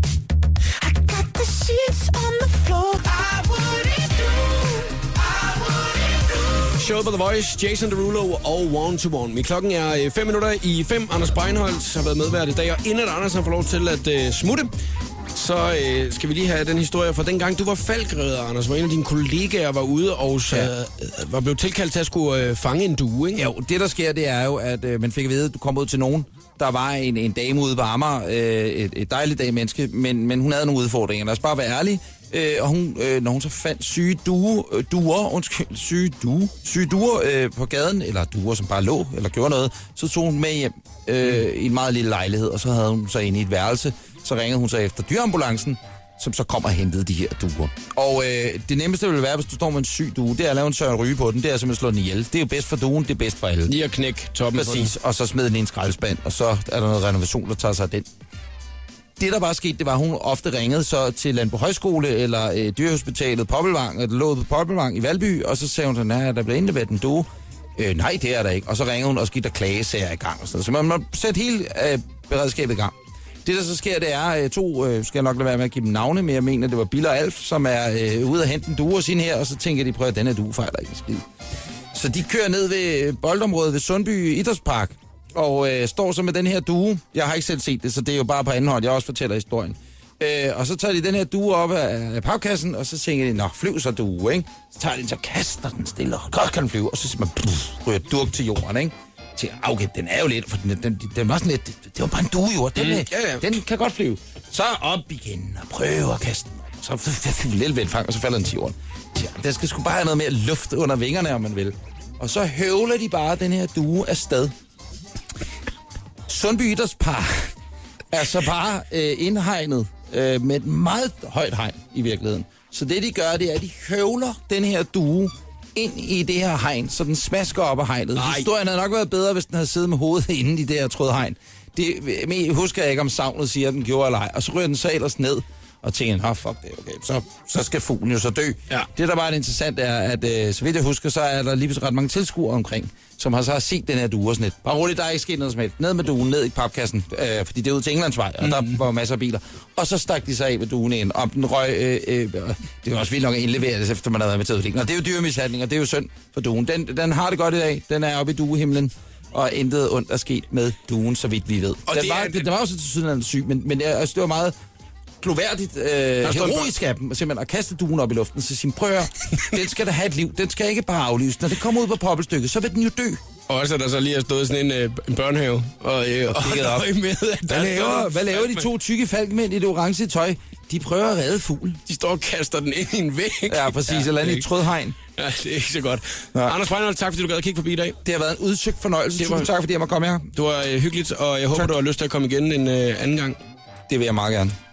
Showet på The Voice, Jason Derulo og One to One. Klokken er fem minutter i fem. Anders Breinholt har været medvært i dag, og inden Anders har fået lov til at uh, smutte, så uh, skal vi lige have den historie fra dengang du var falkredder, Anders, hvor en af dine kollegaer var ude og så, ja. uh, var blevet tilkaldt til at skulle uh, fange en due, ikke? Jo, det der sker, det er jo, at uh, man fik at vide, at du kom ud til nogen. Der var en, en dame ude på Amager, øh, et, et dejligt dag menneske, men, men hun havde nogle udfordringer. Lad os bare være ærlige. Øh, og hun, øh, når hun så fandt syge due, øh, duer, undskyld, syge due, syge duer øh, på gaden, eller duer, som bare lå, eller gjorde noget, så tog hun med hjem øh, mm. i en meget lille lejlighed, og så havde hun så inde i et værelse. Så ringede hun så efter dyreambulancen, som så kom og hentede de her duer. Og øh, det nemmeste ville være, hvis du står med en syg due, det er at lave en Søren Ryge på den, det er simpelthen at slå den ihjel. Det er jo bedst for duen, det er bedst for alle. Lige at knække toppen. Præcis, og så smed den i en skraldespand, og så er der noget renovation, der tager sig af den. Det, der bare skete, det var, at hun ofte ringede så til Landbrug Højskole eller øh, Dyrehospitalet Poppelvang, eller lå på Poppelvang i Valby, og så sagde hun sådan, nej, der blev indleveret en due. Øh, nej, det er der ikke. Og så ringede hun og skete der klagesager i gang. Og sådan. Så man må sætte hele øh, beredskabet i gang. Det, der så sker, det er øh, to, øh, skal jeg nok lade være med at give dem navne, men jeg mener, det var Biller og Alf, som er øh, ude at hente en due og sin her, og så tænker de, prøv at den her due fejler ikke skid. Så de kører ned ved boldområdet ved Sundby Idrætspark, og øh, står så med den her due. Jeg har ikke selv set det, så det er jo bare på anden hånd. Jeg også fortæller historien. Øh, og så tager de den her due op af, af papkassen, og så tænker de, nå, flyv så due, ikke? Så tager de den, så kaster den stille, og godt kan den flyve, og så siger man, pff, ryger durk til jorden, ikke? Til, okay, den er jo lidt, for den, den, den var sådan lidt, det, det var bare en due, jo, den, mm, ja, ja. Den kan godt flyve. Så op igen, og prøve at kaste den op. Så lille vindfang, og så falder den til jorden. Den skal sgu bare have noget mere luft under vingerne, om man vil. Og så høvler de bare den her due afsted. Sundby Idrætspark er så bare øh, indhegnet øh, med et meget højt hegn i virkeligheden. Så det, de gør, det er, at de høvler den her due ind i det her hegn, så den smasker op af hegnet. Nej. Historien havde nok været bedre, hvis den havde siddet med hovedet inde i det her tråd hegn. Det men husker jeg ikke, om savnet siger, at den gjorde eller ej. Og så ryger den så ellers ned og tænker, ah, fuck det, okay, så, så skal fuglen jo så dø. Ja. Det, der bare er interessant, er, at øh, så vidt jeg husker, så er der lige ret mange tilskuere omkring, som har så har set den her due og sådan lidt. Bare roligt, der er ikke sket noget som helst. Ned med duen, ned i papkassen, øh, fordi det er ud til Englandsvej, og mm. der var masser af biler. Og så stak de sig af ved duen ind, og den røg, øh, øh, det var også vildt nok at indlevere det, efter man havde været med til udviklingen. Og det er jo dyremishandling, og det er jo synd for duen. Den, den har det godt i dag, den er oppe i duehimlen, og intet ondt er sket med duen, så vidt vi ved. Og den, det var, er, det, den var også til sydenlandet syg, men, men altså, det var meget gloværdigt, øh, heroisk af dem, simpelthen at kaste duen op i luften, så sige, prøv at, den skal da have et liv, den skal ikke bare aflives. Når det kommer ud på poppelstykket, så vil den jo dø. Og også, at der så lige har stået sådan en, øh, en børnehave og, øh, og, og op. Med, at hvad, laver, hvad laver de to tykke falkmænd i det orange tøj? De prøver at redde fuglen. De står og kaster den ind i en væg. Ja, præcis, ja, eller andet i trådhegn. Ja, det er ikke så godt. Ja. Anders Breinholt, tak fordi du gad at kigge forbi i dag. Det har været en udsøgt fornøjelse. Det var, Tusind tak, fordi jeg måtte komme her. Det var øh, hyggeligt, og jeg håber, tak. Du har lyst til at komme igen en øh, anden gang. Det vil jeg meget gerne.